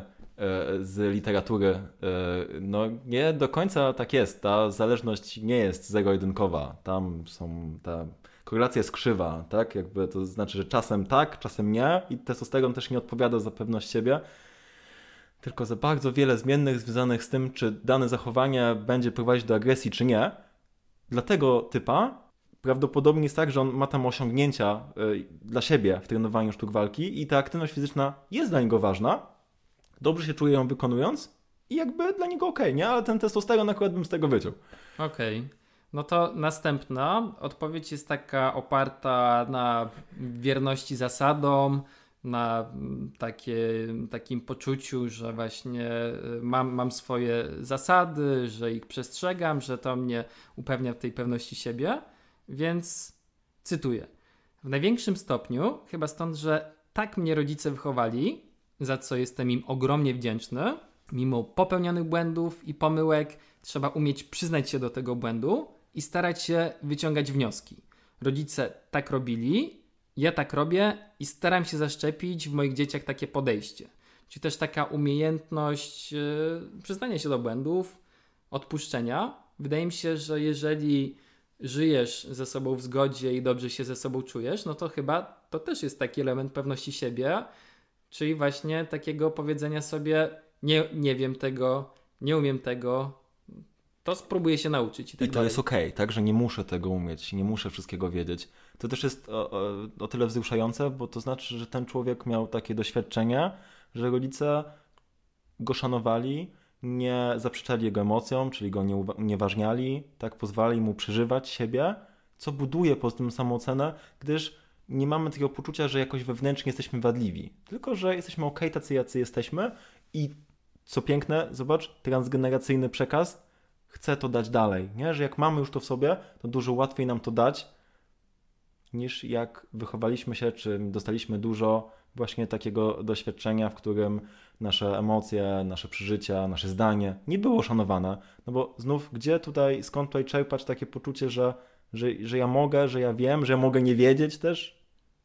z literatury, no nie do końca tak jest. Ta zależność nie jest zero-jedynkowa. Tam są, ta korelacja jest krzywa, tak? Jakby to znaczy, że czasem tak, czasem nie i testosteron też nie odpowiada za pewność siebie, tylko za bardzo wiele zmiennych związanych z tym, czy dane zachowanie będzie prowadzić do agresji, czy nie. dla tego typa prawdopodobnie jest tak, że on ma tam osiągnięcia y, dla siebie w trenowaniu sztuk walki i ta aktywność fizyczna jest dla niego ważna, dobrze się czuje ją wykonując i jakby dla niego okej, nie? Ale ten testosteron akurat bym z tego wyciął. Okej. Okay. No to następna odpowiedź jest taka oparta na wierności zasadom, na takie, takim poczuciu, że właśnie mam, mam swoje zasady, że ich przestrzegam, że to mnie upewnia w tej pewności siebie, więc cytuję. W największym stopniu, chyba stąd, że tak mnie rodzice wychowali, za co jestem im ogromnie wdzięczny, mimo popełnionych błędów i pomyłek trzeba umieć przyznać się do tego błędu i starać się wyciągać wnioski. Rodzice tak robili, ja tak robię i staram się zaszczepić w moich dzieciach takie podejście. Czyli też taka umiejętność yy, przyznania się do błędów, odpuszczenia. Wydaje mi się, że jeżeli żyjesz ze sobą w zgodzie i dobrze się ze sobą czujesz, no to chyba to też jest taki element pewności siebie, czyli właśnie takiego powiedzenia sobie nie, nie wiem tego, nie umiem tego, to spróbuję się nauczyć. I, tak I to dalej. jest okej, tak? Że nie muszę tego umieć, nie muszę wszystkiego wiedzieć. To też jest o, o, o tyle wzruszające, bo to znaczy, że ten człowiek miał takie doświadczenie, że rodzice go szanowali, nie zaprzeczali jego emocjom, czyli go nie unieważniali, tak pozwalali mu przeżywać siebie, co buduje pozytywną samoocenę, gdyż nie mamy takiego poczucia, że jakoś wewnętrznie jesteśmy wadliwi, tylko że jesteśmy okej tacy, jacy jesteśmy i co piękne, zobacz, transgeneracyjny przekaz chce to dać dalej, nie? Że jak mamy już to w sobie, to dużo łatwiej nam to dać, niż jak wychowaliśmy się, czy dostaliśmy dużo właśnie takiego doświadczenia, w którym nasze emocje, nasze przeżycia, nasze zdanie nie było szanowane. No bo znów, gdzie tutaj, skąd tutaj czerpać takie poczucie, że, że, że ja mogę, że ja wiem, że ja mogę nie wiedzieć też?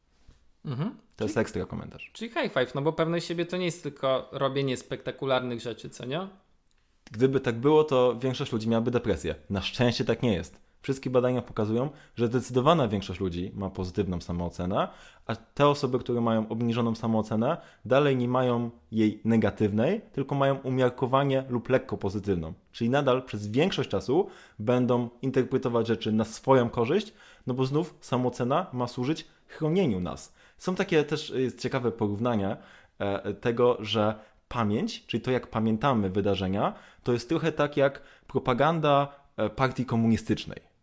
Mhm. To jest ekstra komentarz. Czyli high five, no bo pewność siebie to nie jest tylko robienie spektakularnych rzeczy, co nie? Gdyby tak było, to większość ludzi miałaby depresję. Na szczęście tak nie jest. Wszystkie badania pokazują, że zdecydowana większość ludzi ma pozytywną samoocenę, a te osoby, które mają obniżoną samoocenę, dalej nie mają jej negatywnej, tylko mają umiarkowanie lub lekko pozytywną. Czyli nadal przez większość czasu będą interpretować rzeczy na swoją korzyść, no bo znów samoocena ma służyć chronieniu nas. Są takie też jest ciekawe porównanie e, tego, że pamięć, czyli to jak pamiętamy wydarzenia, to jest trochę tak jak propaganda e, partii komunistycznej.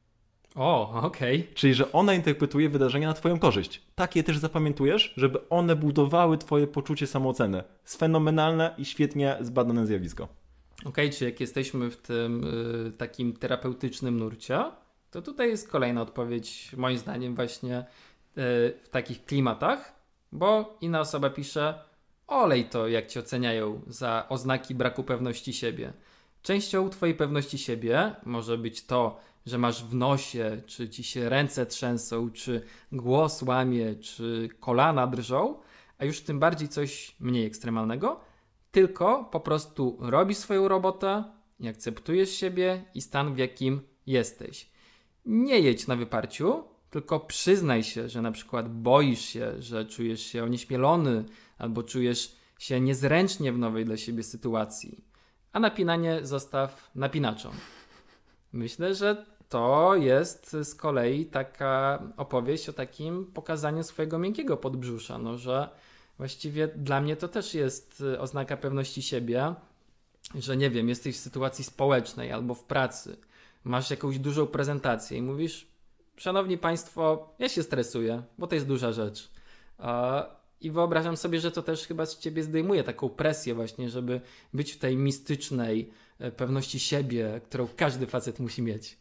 O, okej. Okay. Czyli, że ona interpretuje wydarzenia na twoją korzyść. Tak je też zapamiętujesz, żeby one budowały twoje poczucie samooceny. Jest fenomenalne i świetnie zbadane zjawisko. Okej, okay, czy jak jesteśmy w tym y, takim terapeutycznym nurcie, to tutaj jest kolejna odpowiedź, moim zdaniem właśnie y, w takich klimatach, bo inna osoba pisze, olej to, jak cię oceniają za oznaki braku pewności siebie. Częścią twojej pewności siebie może być to, że masz w nosie, czy ci się ręce trzęsą, czy głos łamie, czy kolana drżą, a już tym bardziej coś mniej ekstremalnego, tylko po prostu robisz swoją robotę i akceptujesz siebie i stan, w jakim jesteś. Nie jedź na wyparciu, tylko przyznaj się, że na przykład boisz się, że czujesz się onieśmielony albo czujesz się niezręcznie w nowej dla siebie sytuacji, a napinanie zostaw napinaczom. Myślę, że to jest z kolei taka opowieść o takim pokazaniu swojego miękkiego podbrzusza, no, że właściwie dla mnie to też jest oznaka pewności siebie, że nie wiem, jesteś w sytuacji społecznej albo w pracy, masz jakąś dużą prezentację i mówisz, szanowni państwo, ja się stresuję, bo to jest duża rzecz. I wyobrażam sobie, że to też chyba z ciebie zdejmuje taką presję właśnie, żeby być w tej mistycznej pewności siebie, którą każdy facet musi mieć.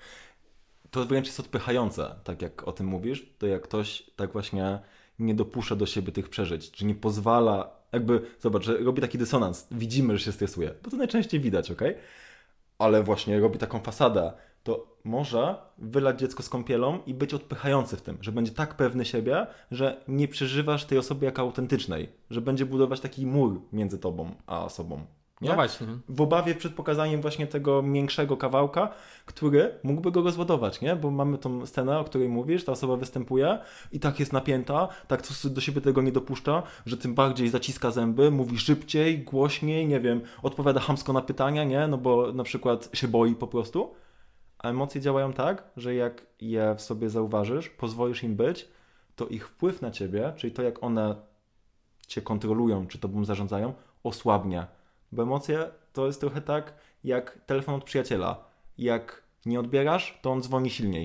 To wręcz jest odpychające, tak jak o tym mówisz, to jak ktoś tak właśnie nie dopuszcza do siebie tych przeżyć, czy nie pozwala, jakby, zobacz, że robi taki dysonans, widzimy, że się stresuje, bo to najczęściej widać, okej? Okay? Ale właśnie robi taką fasadę, to może wylać dziecko z kąpielą i być odpychający w tym, że będzie tak pewny siebie, że nie przeżywasz tej osoby jako autentycznej, że będzie budować taki mur między tobą a osobą. Nie? No właśnie. W obawie przed pokazaniem właśnie tego większego kawałka, który mógłby go rozładować, nie? Bo mamy tą scenę, o której mówisz, ta osoba występuje i tak jest napięta, tak do siebie tego nie dopuszcza, że tym bardziej zaciska zęby, mówi szybciej, głośniej, nie wiem, odpowiada chamsko na pytania, nie? No bo na przykład się boi po prostu. A emocje działają tak, że jak je w sobie zauważysz, pozwolisz im być, to ich wpływ na ciebie, czyli to jak one cię kontrolują, czy tobą zarządzają, osłabnie. Bo emocje to jest trochę tak, jak telefon od przyjaciela. Jak nie odbierasz, to on dzwoni silniej.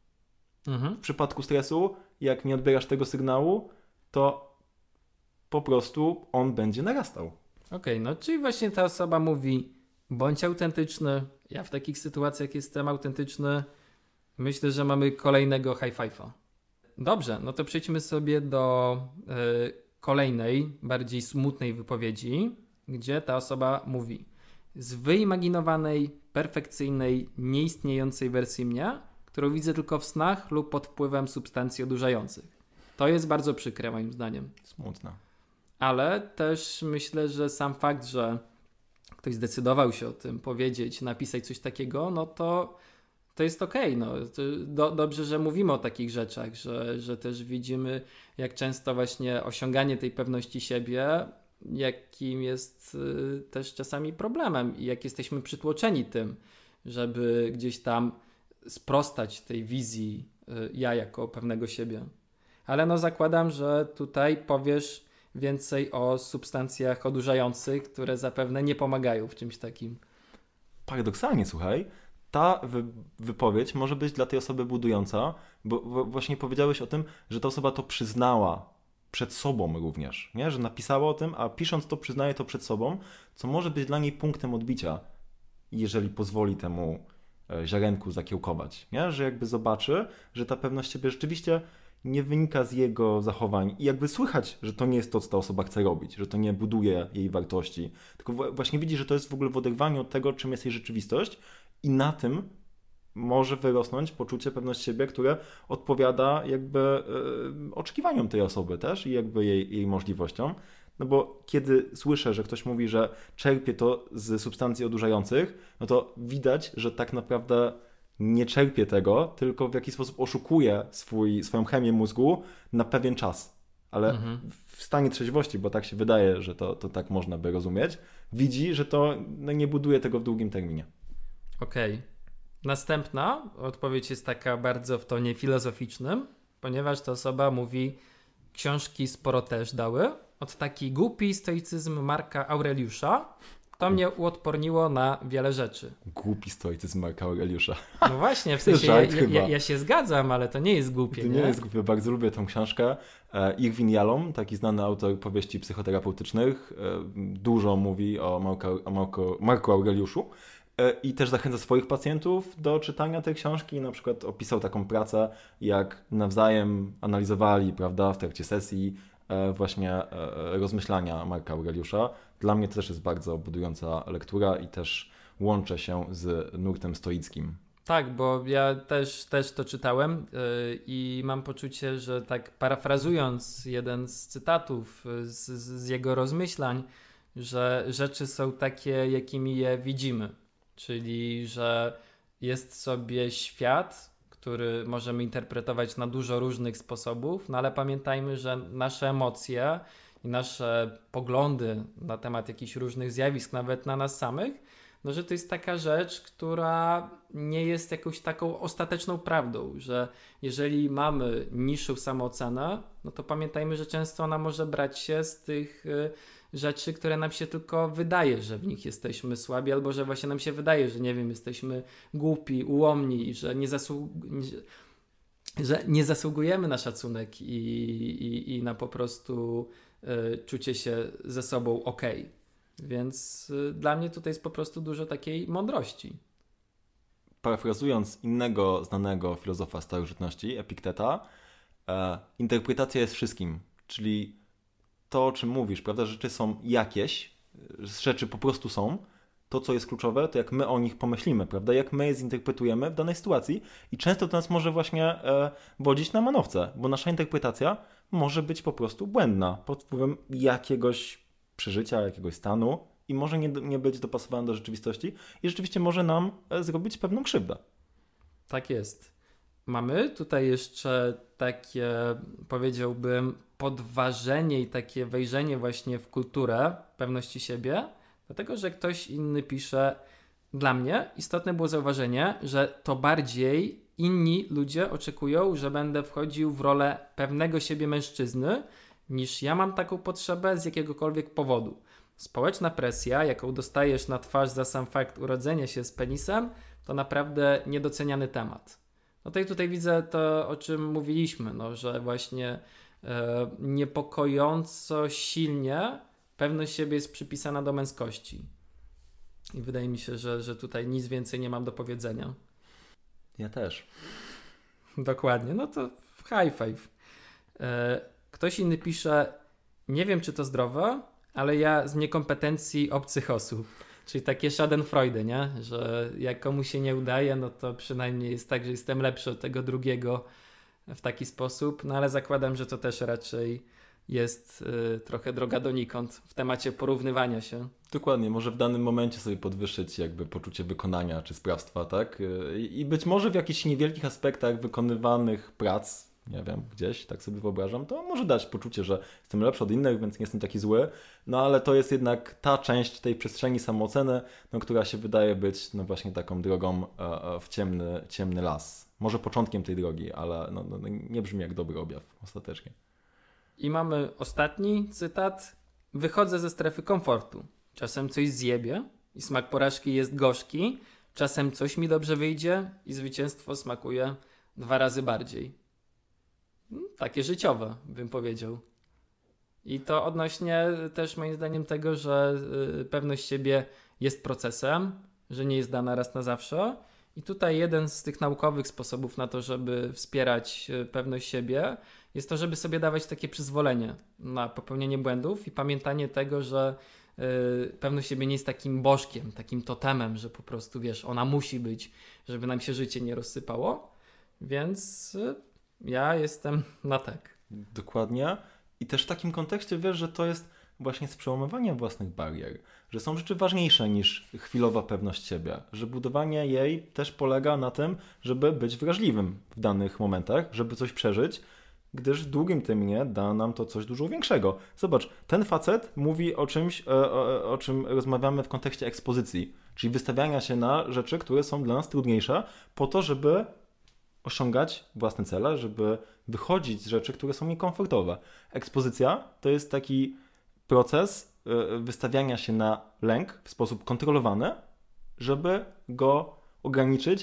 Mhm. W przypadku stresu, jak nie odbierasz tego sygnału, to po prostu on będzie narastał. Okej, okay, no czyli właśnie ta osoba mówi bądź autentyczny, ja w takich sytuacjach jestem autentyczny. Myślę, że mamy kolejnego high five'a. Dobrze, no to przejdźmy sobie do y, kolejnej, bardziej smutnej wypowiedzi, gdzie ta osoba mówi z wyimaginowanej, perfekcyjnej, nieistniejącej wersji mnie, którą widzę tylko w snach lub pod wpływem substancji odurzających. To jest bardzo przykre moim zdaniem. Smutne. Ale też myślę, że sam fakt, że ktoś zdecydował się o tym powiedzieć, napisać coś takiego, no to to jest okej. No. Do, dobrze, że mówimy o takich rzeczach, że, że też widzimy, jak często właśnie osiąganie tej pewności siebie, jakim jest y, też czasami problemem i jak jesteśmy przytłoczeni tym, żeby gdzieś tam sprostać tej wizji y, ja jako pewnego siebie. Ale no zakładam, że tutaj powiesz więcej o substancjach odurzających, które zapewne nie pomagają w czymś takim. Paradoksalnie, słuchaj, ta wy- wypowiedź może być dla tej osoby budująca, bo, bo właśnie powiedziałeś o tym, że ta osoba to przyznała przed sobą również, nie? Że napisała o tym, a pisząc to przyznaje to przed sobą, co może być dla niej punktem odbicia, jeżeli pozwoli temu ziarenku zakiełkować, nie? Że jakby zobaczy, że ta pewność siebie rzeczywiście nie wynika z jego zachowań i jakby słychać, że to nie jest to, co ta osoba chce robić, że to nie buduje jej wartości, tylko właśnie widzi, że to jest w ogóle w oderwaniu od tego, czym jest jej rzeczywistość i na tym może wyrosnąć poczucie pewności siebie, które odpowiada jakby yy, oczekiwaniom tej osoby też i jakby jej, jej możliwościom. No bo kiedy słyszę, że ktoś mówi, że czerpie to z substancji odurzających, no to widać, że tak naprawdę nie czerpie tego, tylko w jakiś sposób oszukuje swój, swoją chemię mózgu na pewien czas. Ale mhm. w stanie trzeźwości, bo tak się wydaje, że to, to tak można by rozumieć, widzi, że to no, nie buduje tego w długim terminie. Okej. Okay. Następna odpowiedź jest taka bardzo w tonie filozoficznym, ponieważ ta osoba mówi, książki sporo też dały. Od taki głupi stoicyzm Marka Aureliusza. To mnie uodporniło na wiele rzeczy. Głupi stoicyzm Marka Aureliusza. No właśnie, w sensie ja, ja, ja się zgadzam, ale to nie jest głupie. To nie, nie jest głupie, bardzo lubię tą książkę. Irwin Yalom, taki znany autor powieści psychoterapeutycznych, dużo mówi o Marku, o Marku, Marku Aureliuszu i też zachęca swoich pacjentów do czytania tej książki. Na przykład opisał taką pracę, jak nawzajem analizowali, prawda, w trakcie sesji właśnie rozmyślania Marka Aureliusza. Dla mnie to też jest bardzo budująca lektura i też łączę się z nurtem stoickim. Tak, bo ja też, też to czytałem yy, i mam poczucie, że tak parafrazując jeden z cytatów z, z jego rozmyślań, że rzeczy są takie, jakimi je widzimy. Czyli, że jest sobie świat, który możemy interpretować na dużo różnych sposobów, no ale pamiętajmy, że nasze emocje i nasze poglądy na temat jakichś różnych zjawisk, nawet na nas samych, no że to jest taka rzecz, która nie jest jakąś taką ostateczną prawdą, że jeżeli mamy niższą samoocenę, no to pamiętajmy, że często ona może brać się z tych y, rzeczy, które nam się tylko wydaje, że w nich jesteśmy słabi, albo że właśnie nam się wydaje, że nie wiem, jesteśmy głupi, ułomni, że nie, zasług... że nie zasługujemy na szacunek i, i, i na po prostu y, czucie się ze sobą okej. Więc y, dla mnie tutaj jest po prostu dużo takiej mądrości. Parafrazując innego znanego filozofa starożytności, Epikteta, e, interpretacja jest wszystkim, czyli to, o czym mówisz, prawda, rzeczy są jakieś, rzeczy po prostu są, to, co jest kluczowe, to jak my o nich pomyślimy, prawda, jak my je zinterpretujemy w danej sytuacji i często to nas może właśnie e, wodzić na manowce, bo nasza interpretacja może być po prostu błędna pod wpływem jakiegoś przeżycia, jakiegoś stanu i może nie, nie być dopasowana do rzeczywistości i rzeczywiście może nam e, zrobić pewną krzywdę. Tak jest. Mamy tutaj jeszcze takie, powiedziałbym, podważenie i takie wejrzenie właśnie w kulturę pewności siebie, dlatego że ktoś inny pisze, dla mnie istotne było zauważenie, że to bardziej inni ludzie oczekują, że będę wchodził w rolę pewnego siebie mężczyzny, niż ja mam taką potrzebę z jakiegokolwiek powodu. Społeczna presja, jaką dostajesz na twarz za sam fakt urodzenia się z penisem, to naprawdę niedoceniany temat. No to i tutaj widzę to, o czym mówiliśmy, no, że właśnie e, niepokojąco silnie pewność siebie jest przypisana do męskości. I wydaje mi się, że, że tutaj nic więcej nie mam do powiedzenia. Ja też. Dokładnie, no to high five. E, ktoś inny pisze, nie wiem czy to zdrowe, ale ja z niekompetencji obcych osób. Czyli takie schadenfreude, nie? Że jak komuś się nie udaje, no to przynajmniej jest tak, że jestem lepszy od tego drugiego w taki sposób. No ale zakładam, że to też raczej jest y, trochę droga donikąd w temacie porównywania się. Dokładnie, może w danym momencie sobie podwyższyć jakby poczucie wykonania czy sprawstwa, tak? I być może w jakichś niewielkich aspektach wykonywanych prac, nie wiem, gdzieś, tak sobie wyobrażam, to może dać poczucie, że jestem lepszy od innych, więc nie jestem taki zły, no ale to jest jednak ta część tej przestrzeni samooceny, no, która się wydaje być no właśnie taką drogą e, w ciemny, ciemny las. Może początkiem tej drogi, ale no, no, nie brzmi jak dobry objaw ostatecznie. I mamy ostatni cytat. Wychodzę ze strefy komfortu. Czasem coś zjebie i smak porażki jest gorzki, czasem coś mi dobrze wyjdzie i zwycięstwo smakuje dwa razy bardziej. Takie życiowe, bym powiedział. I to odnośnie też moim zdaniem tego, że pewność siebie jest procesem, że nie jest dana raz na zawsze. I tutaj jeden z tych naukowych sposobów na to, żeby wspierać pewność siebie, jest to, żeby sobie dawać takie przyzwolenie na popełnienie błędów i pamiętanie tego, że yy, pewność siebie nie jest takim bożkiem, takim totemem, że po prostu, wiesz, ona musi być, żeby nam się życie nie rozsypało. Więc yy, ja jestem na tak. Dokładnie. I też w takim kontekście wiesz, że to jest właśnie z przełamywaniem własnych barier, że są rzeczy ważniejsze niż chwilowa pewność siebie, że budowanie jej też polega na tym, żeby być wrażliwym w danych momentach, żeby coś przeżyć, gdyż w długim terminie da nam to coś dużo większego. Zobacz, ten facet mówi o czymś, o, o, o czym rozmawiamy w kontekście ekspozycji, czyli wystawiania się na rzeczy, które są dla nas trudniejsze, po to, żeby osiągać własne cele, żeby wychodzić z rzeczy, które są niekomfortowe. Ekspozycja to jest taki proces wystawiania się na lęk w sposób kontrolowany, żeby go ograniczyć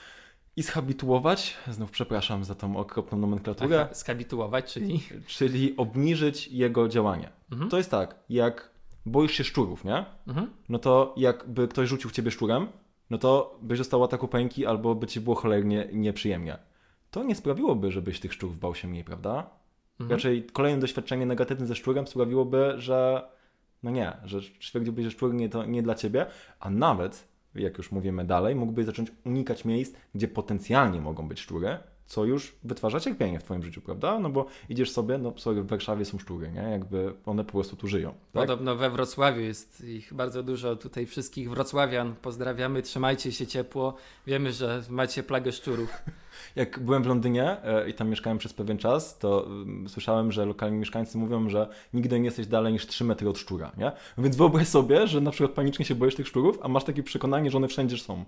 i zhabituować, znów przepraszam za tą okropną nomenklaturę. Aha, zhabituować, czyli? Czyli obniżyć jego działanie. Mhm. To jest tak, jak boisz się szczurów, nie? Mhm. No to jakby ktoś rzucił w ciebie szczurem, no to byś dostał ataku pęki albo by ci było cholernie nieprzyjemnie. To nie sprawiłoby, żebyś tych szczurów bał się mniej, prawda? Mhm. Raczej kolejne doświadczenie negatywne ze szczurem sprawiłoby, że no nie, że stwierdziłbyś, że szczur nie, to nie dla ciebie, a nawet, jak już mówimy dalej, mógłbyś zacząć unikać miejsc, gdzie potencjalnie mogą być szczury, co już wytwarza cierpienie w twoim życiu, prawda? No bo idziesz sobie, no sorry, w Warszawie są szczury, nie? Jakby one po prostu tu żyją. Tak? Podobno we Wrocławiu jest ich bardzo dużo. Tutaj wszystkich wrocławian pozdrawiamy, trzymajcie się ciepło. Wiemy, że macie plagę szczurów. Jak byłem w Londynie e, i tam mieszkałem przez pewien czas, to y, słyszałem, że lokalni mieszkańcy mówią, że nigdy nie jesteś dalej niż trzy metry od szczura, nie? Więc wyobraź sobie, że na przykład panicznie się boisz tych szczurów, a masz takie przekonanie, że one wszędzie są.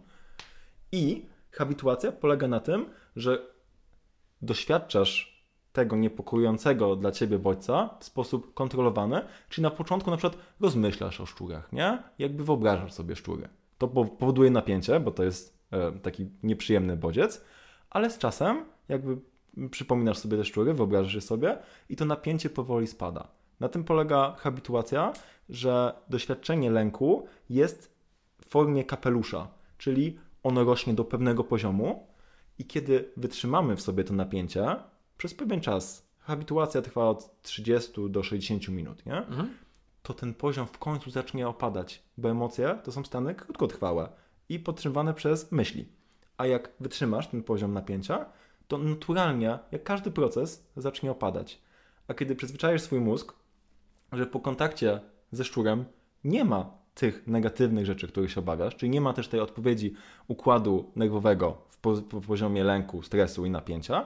I habituacja polega na tym, że doświadczasz tego niepokojącego dla ciebie bodźca w sposób kontrolowany, czyli na początku na przykład rozmyślasz o szczurach, nie? Jakby wyobrażasz sobie szczury. To powoduje napięcie, bo to jest e, taki nieprzyjemny bodziec, ale z czasem jakby przypominasz sobie te szczury, wyobrażasz je sobie i to napięcie powoli spada. Na tym polega habituacja, że doświadczenie lęku jest w formie kapelusza, czyli ono rośnie do pewnego poziomu i kiedy wytrzymamy w sobie to napięcie przez pewien czas, habituacja trwa od trzydziestu do sześćdziesięciu minut, nie? Mhm. To ten poziom w końcu zacznie opadać, bo emocje to są stany krótkotrwałe i podtrzymywane przez myśli. A jak wytrzymasz ten poziom napięcia, to naturalnie, jak każdy proces, zacznie opadać. A kiedy przyzwyczajasz swój mózg, że po kontakcie ze szczurem nie ma tych negatywnych rzeczy, których się obawiasz, czyli nie ma też tej odpowiedzi układu nerwowego w, po, w poziomie lęku, stresu i napięcia,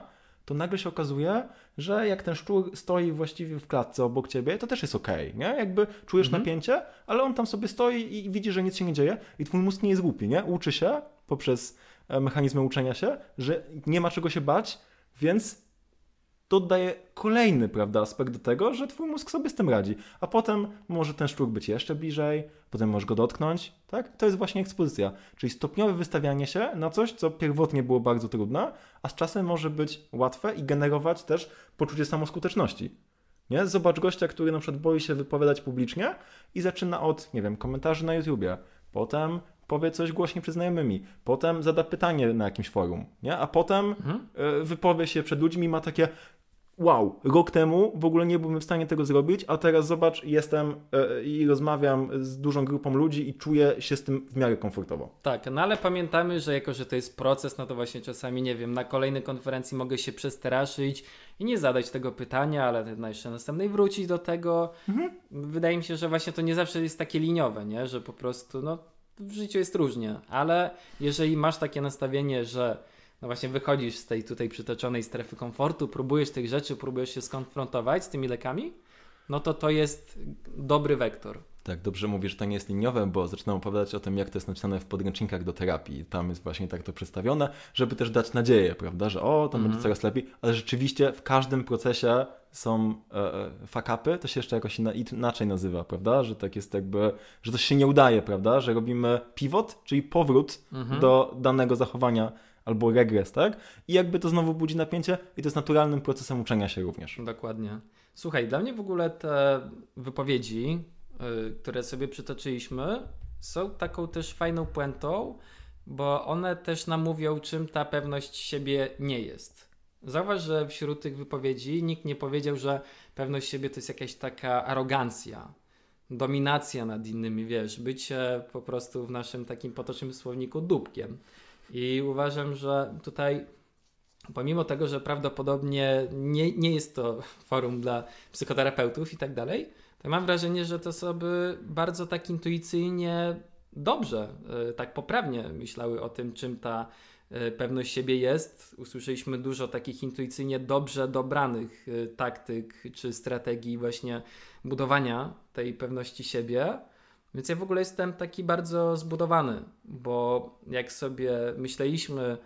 to nagle się okazuje, że jak ten szczur stoi właściwie w klatce obok ciebie, to też jest okej, nie? Jakby czujesz Mhm. napięcie, ale on tam sobie stoi i widzi, że nic się nie dzieje i twój mózg nie jest głupi, nie? Uczy się poprzez e, mechanizmy uczenia się, że nie ma czego się bać, więc to daje kolejny, prawda, aspekt do tego, że twój mózg sobie z tym radzi. A potem może ten szczur być jeszcze bliżej, potem możesz go dotknąć, tak? To jest właśnie ekspozycja, czyli stopniowe wystawianie się na coś, co pierwotnie było bardzo trudne, a z czasem może być łatwe i generować też poczucie samoskuteczności. Nie? Zobacz gościa, który na przykład boi się wypowiadać publicznie i zaczyna od, nie wiem, komentarzy na YouTubie, potem powie coś głośniej przed znajomymi, potem zada pytanie na jakimś forum, nie? A potem Mhm. y, wypowie się przed ludźmi i ma takie wow, rok temu w ogóle nie byłbym w stanie tego zrobić, a teraz zobacz, jestem y, i rozmawiam z dużą grupą ludzi i czuję się z tym w miarę komfortowo. Tak, no ale pamiętamy, że jako, że to jest proces, no to właśnie czasami, nie wiem, na kolejnej konferencji mogę się przestraszyć i nie zadać tego pytania, ale na jeszcze następnej wrócić do tego. Mhm. Wydaje mi się, że właśnie to nie zawsze jest takie liniowe, nie? Że po prostu, no w życiu jest różnie, ale jeżeli masz takie nastawienie, że no właśnie wychodzisz z tej tutaj przytoczonej strefy komfortu, próbujesz tych rzeczy, próbujesz się skonfrontować z tymi lekami, no to to jest dobry wektor. Tak, dobrze mówisz, że to nie jest liniowe, bo zaczynam opowiadać o tym, jak to jest napisane w podręcznikach do terapii. Tam jest właśnie tak to przedstawione, żeby też dać nadzieję, prawda, że o, to Mhm. będzie coraz lepiej, ale rzeczywiście w każdym procesie są e, e, fuck-upy, to się jeszcze jakoś inna, inaczej nazywa, prawda, że tak jest jakby, że to się nie udaje, prawda, że robimy pivot, czyli powrót Mhm. do danego zachowania albo regres, tak, i jakby to znowu budzi napięcie i to jest naturalnym procesem uczenia się również. Dokładnie. Słuchaj, dla mnie w ogóle te wypowiedzi, y, które sobie przytoczyliśmy, są taką też fajną puentą, bo one też nam mówią, czym ta pewność siebie nie jest. Zauważ, że wśród tych wypowiedzi nikt nie powiedział, że pewność siebie to jest jakaś taka arogancja, dominacja nad innymi, wiesz, bycie po prostu w naszym takim potocznym słowniku dupkiem. I uważam, że tutaj pomimo tego, że prawdopodobnie nie, nie jest to forum dla psychoterapeutów i tak dalej, to mam wrażenie, że te osoby bardzo tak intuicyjnie, dobrze, y, tak poprawnie myślały o tym, czym ta y, pewność siebie jest. Usłyszeliśmy dużo takich intuicyjnie dobrze dobranych y, taktyk czy strategii właśnie budowania tej pewności siebie. Więc ja w ogóle jestem taki bardzo zbudowany, bo jak sobie myśleliśmy,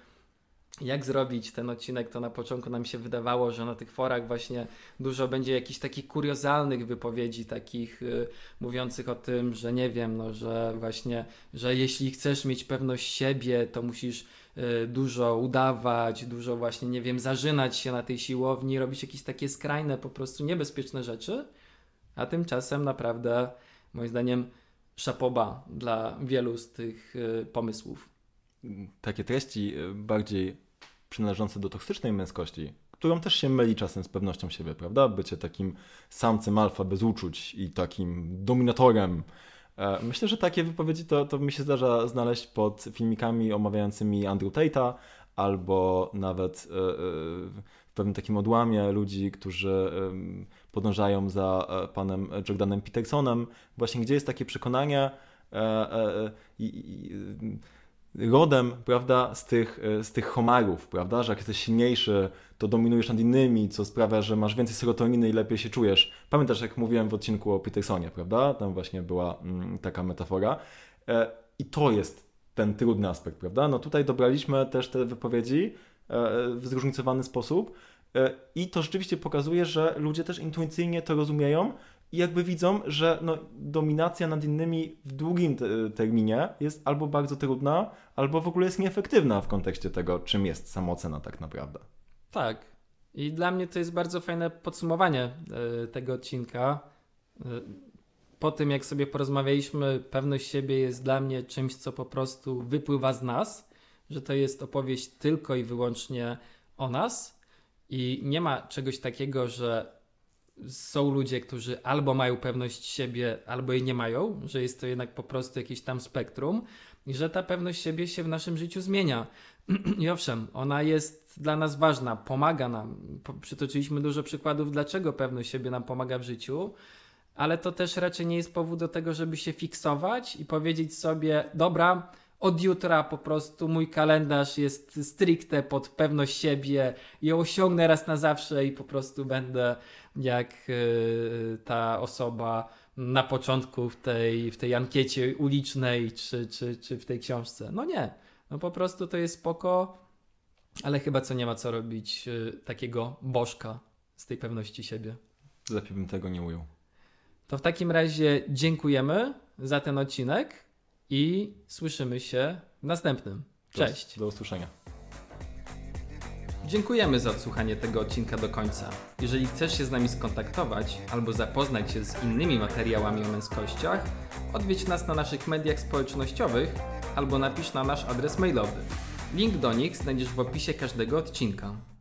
jak zrobić ten odcinek, to na początku nam się wydawało, że na tych forach właśnie dużo będzie jakichś takich kuriozalnych wypowiedzi, takich y, mówiących o tym, że nie wiem, no, że właśnie, że jeśli chcesz mieć pewność siebie, to musisz y, dużo udawać, dużo właśnie, nie wiem, zażynać się na tej siłowni, robić jakieś takie skrajne, po prostu niebezpieczne rzeczy, a tymczasem naprawdę, moim zdaniem, szapoba dla wielu z tych y, pomysłów. Takie treści y, bardziej przynależące do toksycznej męskości, którą też się myli czasem z pewnością siebie, prawda? Bycie takim samcem alfa bez uczuć i takim dominatorem. E, Myślę, że takie wypowiedzi to, to mi się zdarza znaleźć pod filmikami omawiającymi Andrew Tate'a albo nawet e, e, w pewnym takim odłamie ludzi, którzy e, podążają za e, panem Jordanem Petersonem, właśnie gdzie jest takie przekonanie e, e, i, i rodem, prawda, z tych, z tych homarów, prawda, że jak jesteś silniejszy, to dominujesz nad innymi, co sprawia, że masz więcej serotoniny i lepiej się czujesz. Pamiętasz, jak mówiłem w odcinku o Petersonie, prawda? Tam właśnie była mm, taka metafora. E, I to jest ten trudny aspekt, prawda? No tutaj dobraliśmy też te wypowiedzi e, w zróżnicowany sposób e, i to rzeczywiście pokazuje, że ludzie też intuicyjnie to rozumieją i jakby widzą, że no, dominacja nad innymi w długim te- terminie jest albo bardzo trudna, albo w ogóle jest nieefektywna w kontekście tego, czym jest samoocena tak naprawdę. Tak. I dla mnie to jest bardzo fajne podsumowanie y, tego odcinka. Y, po tym, jak sobie porozmawialiśmy, pewność siebie jest dla mnie czymś, co po prostu wypływa z nas, że to jest opowieść tylko i wyłącznie o nas i nie ma czegoś takiego, że są ludzie, którzy albo mają pewność siebie, albo jej nie mają, że jest to jednak po prostu jakieś tam spektrum i że ta pewność siebie się w naszym życiu zmienia. I owszem, ona jest dla nas ważna, pomaga nam. Po- Przytoczyliśmy dużo przykładów, dlaczego pewność siebie nam pomaga w życiu, ale to też raczej nie jest powód do tego, żeby się fiksować i powiedzieć sobie, dobra, od jutra po prostu mój kalendarz jest stricte pod pewność siebie i osiągnę raz na zawsze i po prostu będę jak yy, ta osoba na początku w tej, w tej ankiecie ulicznej czy, czy, czy w tej książce. No nie, no po prostu to jest spoko, ale chyba co nie ma co robić yy, takiego bożka z tej pewności siebie. Lepiej bym tego nie ujął. To w takim razie dziękujemy za ten odcinek i słyszymy się w następnym. Cześć. Do, do usłyszenia. Dziękujemy za odsłuchanie tego odcinka do końca. Jeżeli chcesz się z nami skontaktować albo zapoznać się z innymi materiałami o męskościach, odwiedź nas na naszych mediach społecznościowych albo napisz na nasz adres mailowy. Link do nich znajdziesz w opisie każdego odcinka.